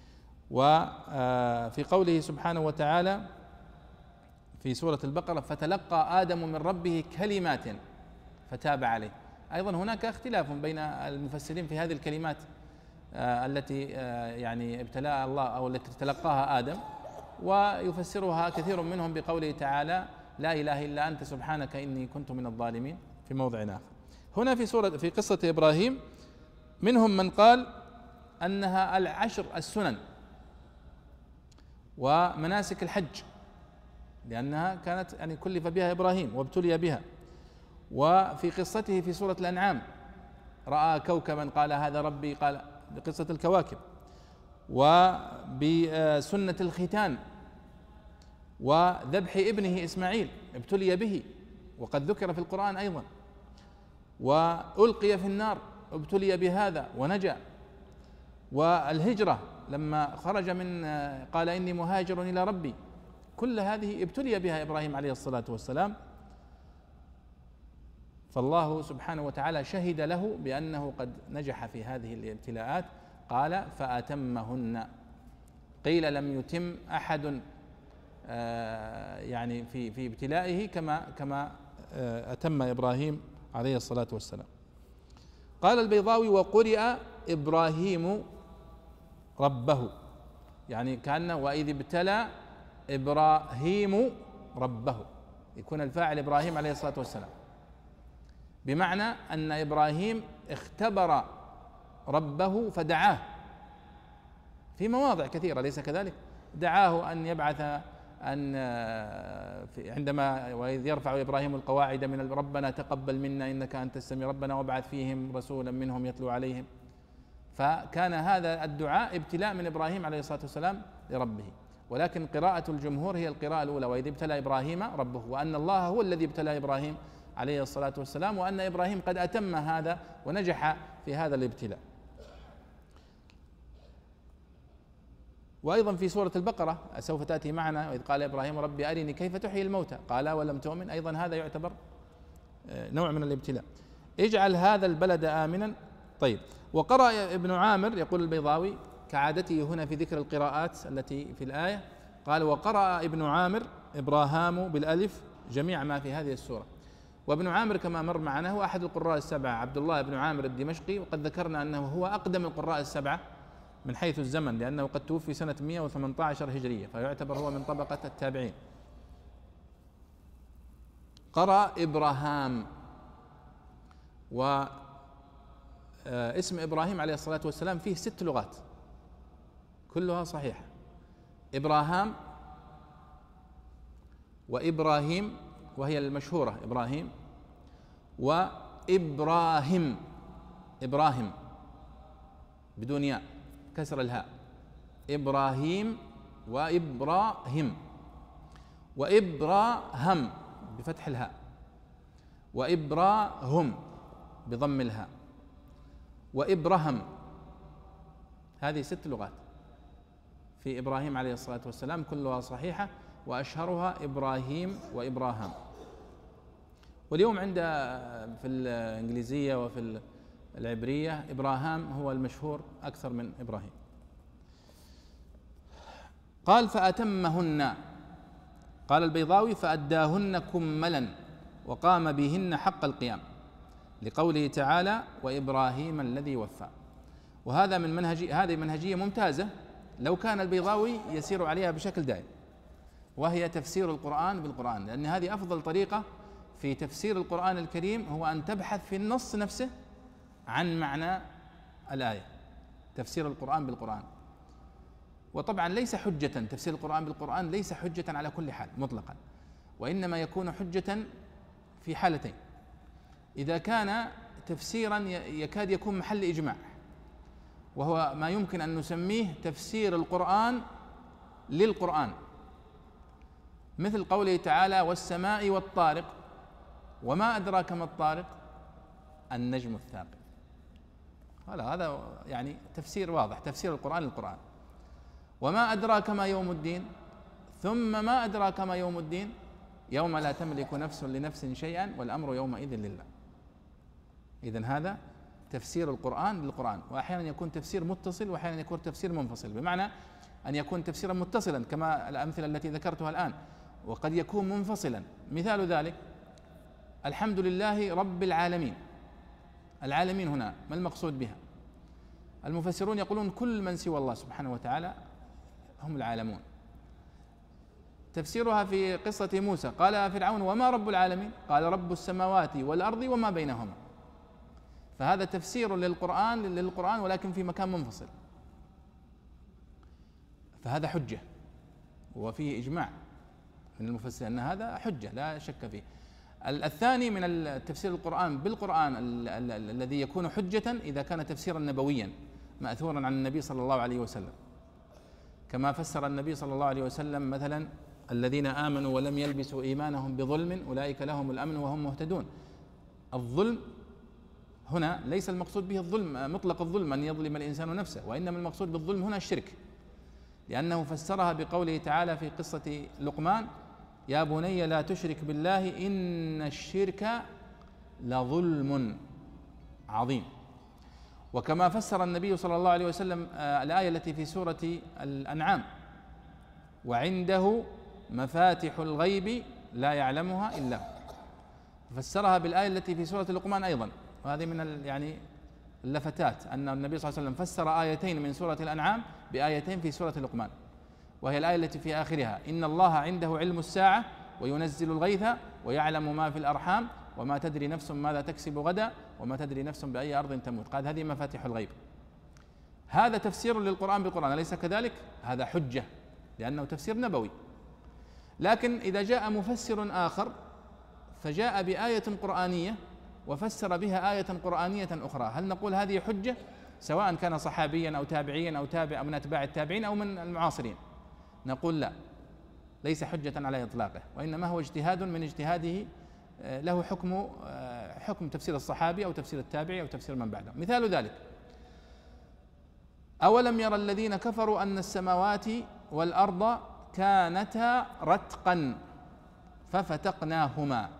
وفي قوله سبحانه وتعالى في سورة البقرة: فتلقى آدم من ربه كلمات فتاب عليه. أيضا هناك اختلاف بين المفسرين في هذه الكلمات التي يعني ابتلاء الله أو التي تلقاها آدم، ويفسرها كثير منهم بقوله تعالى: لا إله إلا أنت سبحانك إني كنت من الظالمين، في موضع آخر. هنا في سورة في قصة إبراهيم منهم من قال أنها العشر السنن ومناسك الحج لأنها كانت يعني كلف بها إبراهيم وابتلي بها. وفي قصته في سورة الأنعام رأى كوكبا قال هذا ربي، قال بقصة الكواكب. وبسنة الختان وذبح ابنه إسماعيل ابتلي به وقد ذكر في القرآن أيضا. وألقي في النار ابتلي بهذا ونجا. والهجرة لما خرج من قال إني مهاجر إلى ربي، كل هذه ابتلي بها إبراهيم عليه الصلاة والسلام. فالله سبحانه وتعالى شهد له بأنه قد نجح في هذه الابتلاءات. قال فأتمهن، قيل لم يتم أحد يعني في في ابتلائه كما كما أتم إبراهيم عليه الصلاة والسلام. قال البيضاوي وقرئ إبراهيم ربه، يعني كأن وإذ ابتلى إبراهيم ربه، يكون الفاعل إبراهيم عليه الصلاة والسلام، بمعنى أن إبراهيم اختبر ربه فدعاه في مواضع كثيرة، ليس كذلك؟ دعاه أن يبعث أن عندما وإذ يرفع إبراهيم القواعد من ربنا تقبل منا إنك أنت السميع، ربنا وابعث فيهم رسولا منهم يتلو عليهم. فكان هذا الدعاء ابتلاء من إبراهيم عليه الصلاة والسلام لربه. ولكن قراءة الجمهور هي القراءة الأولى، وإذ ابتلى إبراهيم ربه، وأن الله هو الذي ابتلى إبراهيم عليه الصلاة والسلام، وأن إبراهيم قد أتم هذا ونجح في هذا الابتلاء. وأيضا في سورة البقرة سوف تأتي معنا وإذ قال إبراهيم ربي أرني كيف تحيي الموتى قال ولم تؤمن، أيضا هذا يعتبر نوع من الابتلاء. اجعل هذا البلد آمنا. طيب، وقرأ ابن عامر، يقول البيضاوي كعادته هنا في ذكر القراءات التي في الآية، قال وقرأ ابن عامر إبراهام بالألف جميع ما في هذه السورة. وابن عامر كما مر معنا هو أحد القراء السبعة، عبد الله بن عامر الدمشقي، وقد ذكرنا أنه هو أقدم القراء السبعة من حيث الزمن، لأنه قد توفي سنة مئة وثمانية عشر هجرية، فيعتبر هو من طبقة التابعين. قرأ إبراهام، واسم إبراهيم عليه الصلاة والسلام فيه ست لغات كلها صحيحة: إبراهام وإبراهيم وهي المشهورة إبراهيم، وإبراهيم إبراهيم بدون ياء كسر الهاء، إبراهيم وإبراهيم، وإبراهم بفتح الهاء، وإبراهم بضم الهاء، وإبراهم. هذه ست لغات في إبراهيم عليه الصلاة والسلام كلها صحيحة، وأشهرها إبراهيم وإبراهام. واليوم عند في الإنجليزية وفي العبرية إبراهام هو المشهور أكثر من إبراهيم. قال فأتمهن، قال البيضاوي فأداهن كملا وقام بهن حق القيام، لقوله تعالى وإبراهيم الذي وفى. وهذا من منهج هذه منهجية ممتازة لو كان البيضاوي يسير عليها بشكل دائم، وهي تفسير القرآن بالقرآن، لأن هذه أفضل طريقة في تفسير القرآن الكريم، هو أن تبحث في النص نفسه عن معنى الآية، تفسير القرآن بالقرآن. وطبعا ليس حجة، تفسير القرآن بالقرآن ليس حجة على كل حال مطلقا، وإنما يكون حجة في حالتين: إذا كان تفسيرا يكاد يكون محل إجماع، وهو ما يمكن أن نسميه تفسير القرآن للقرآن، مثل قوله تعالى والسماء والطارق، وما أدراك ما الطارق النجم الثاقب. هذا يعني تفسير واضح، تفسير القرآن للقرآن. وما أدراك ما يوم الدين، ثم ما أدراك ما يوم الدين يوم لا تملك نفس لنفس شيئا والأمر يومئذ لله. إذن هذا تفسير القرآن للقرآن، وأحيانا يكون تفسير متصل وأحيانا يكون تفسير منفصل، بمعنى أن يكون تفسيرا متصلا كما الأمثلة التي ذكرتها الآن، وقد يكون منفصلا. مثال ذلك الحمد لله رب العالمين. العالمين هنا ما المقصود بها؟ المفسرون يقولون كل من سوى الله سبحانه وتعالى هم العالمون. تفسيرها في قصة موسى قال فرعون وما رب العالمين؟ قال رب السماوات والأرض وما بينهما. فهذا تفسير للقرآن للقرآن ولكن في مكان منفصل، فهذا حجة وفيه إجماع. من المفسرين أن هذا حجة لا شك فيه. الثاني من تفسير القرآن بالقرآن الذي يكون حجة إذا كان تفسيرا نبويا مأثورا عن النبي صلى الله عليه وسلم، كما فسر النبي صلى الله عليه وسلم مثلا الذين آمنوا ولم يلبسوا إيمانهم بظلم أولئك لهم الأمن وهم مهتدون. الظلم هنا ليس المقصود به الظلم مطلق الظلم أن يظلم الإنسان نفسه، وإنما المقصود بالظلم هنا الشرك، لأنه فسرها بقوله تعالى في قصة لقمان: يا بني لا تشرك بالله إن الشرك لظلم عظيم. وكما فسر النبي صلى الله عليه وسلم الآية التي في سورة الأنعام: وعنده مفاتح الغيب لا يعلمها إلا هو، فسرها بالآية التي في سورة لقمان أيضا. وهذه من يعني اللفتات أن النبي صلى الله عليه وسلم فسر آيتين من سورة الأنعام بآيتين في سورة لقمان، وهي الآية التي في آخرها: إن الله عنده علم الساعة وينزل الغيث ويعلم ما في الأرحام وما تدري نفس ماذا تكسب غدا وما تدري نفس بأي أرض تموت. قال هذه مفاتيح الغيب. هذا تفسير للقرآن بالقرآن، أليس كذلك؟ هذا حجة لأنه تفسير نبوي. لكن إذا جاء مفسر آخر فجاء بآية قرآنية وفسر بها آية قرآنية أخرى، هل نقول هذه حجة سواء كان صحابيا أو تابعيا أو تابع من أتباع التابعين أو من المعاصرين؟ نقول لا، ليس حجة على إطلاقه، وإنما هو اجتهاد من اجتهاده له حكم حكم تفسير الصحابي أو تفسير التابعي أو تفسير من بعده. مثال ذلك: أولم يرى الذين كفروا أن السماوات والأرض كانتا رتقا ففتقناهما.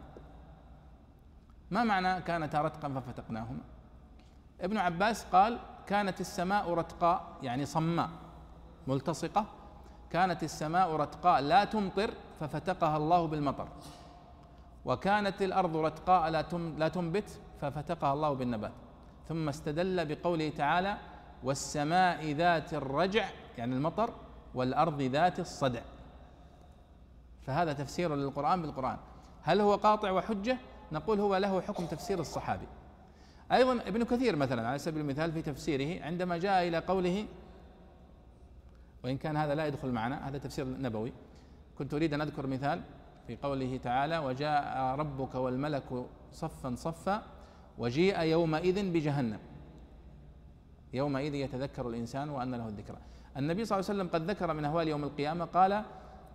ما معنى كانتا رتقا ففتقناهما؟ ابن عباس قال: كانت السماء رتقاء يعني صماء ملتصقة، كانت السماء رتقاء لا تمطر ففتقها الله بالمطر، وكانت الأرض رتقاء لا تنبت ففتقها الله بالنبات. ثم استدل بقوله تعالى: والسماء ذات الرجع يعني المطر، والأرض ذات الصدع. فهذا تفسير للقرآن بالقرآن. هل هو قاطع وحجة؟ نقول هو له حكم تفسير الصحابي. أيضا ابن كثير مثلا على سبيل المثال في تفسيره عندما جاء إلى قوله، وإن كان هذا لا يدخل معنا، هذا تفسير نبوي، كنت أريد أن أذكر مثال في قوله تعالى: وجاء ربك والملك صفا صفا وجيء يومئذ بجهنم. يومئذ يتذكر الإنسان وأن له الذكرى. النبي صلى الله عليه وسلم قد ذكر من أهوال يوم القيامة، قال: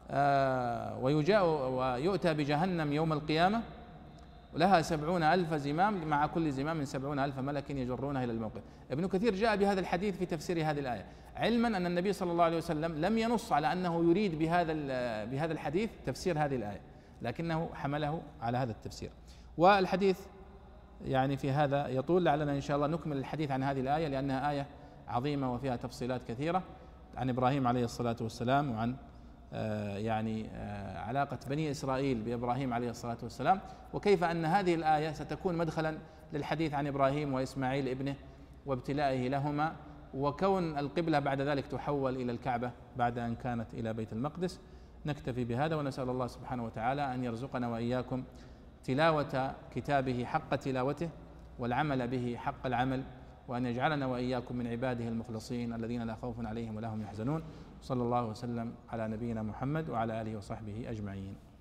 آه ويجاء ويؤتى بجهنم يوم القيامة لها سبعون ألف زمام مع كل زمام سبعون ألف ملك يجرونها إلى الموقف. ابن كثير جاء بهذا الحديث في تفسير هذه الآية، علما أن النبي صلى الله عليه وسلم لم ينص على أنه يريد بهذا بهذا الحديث تفسير هذه الآية، لكنه حمله على هذا التفسير. والحديث يعني في هذا يطول، لعلنا إن شاء الله نكمل الحديث عن هذه الآية لأنها آية عظيمة وفيها تفصيلات كثيرة عن إبراهيم عليه الصلاة والسلام، وعن آه يعني آه علاقة بني إسرائيل بإبراهيم عليه الصلاة والسلام، وكيف أن هذه الآية ستكون مدخلا للحديث عن إبراهيم وإسماعيل ابنه وابتلائه لهما، وكون القبلة بعد ذلك تحول إلى الكعبة بعد أن كانت إلى بيت المقدس. نكتفي بهذا، ونسأل الله سبحانه وتعالى أن يرزقنا وإياكم تلاوة كتابه حق تلاوته والعمل به حق العمل، وأن يجعلنا وإياكم من عباده المخلصين الذين لا خوف عليهم ولا هم يحزنون. صلى الله وسلم على نبينا محمد وعلى آله وصحبه أجمعين.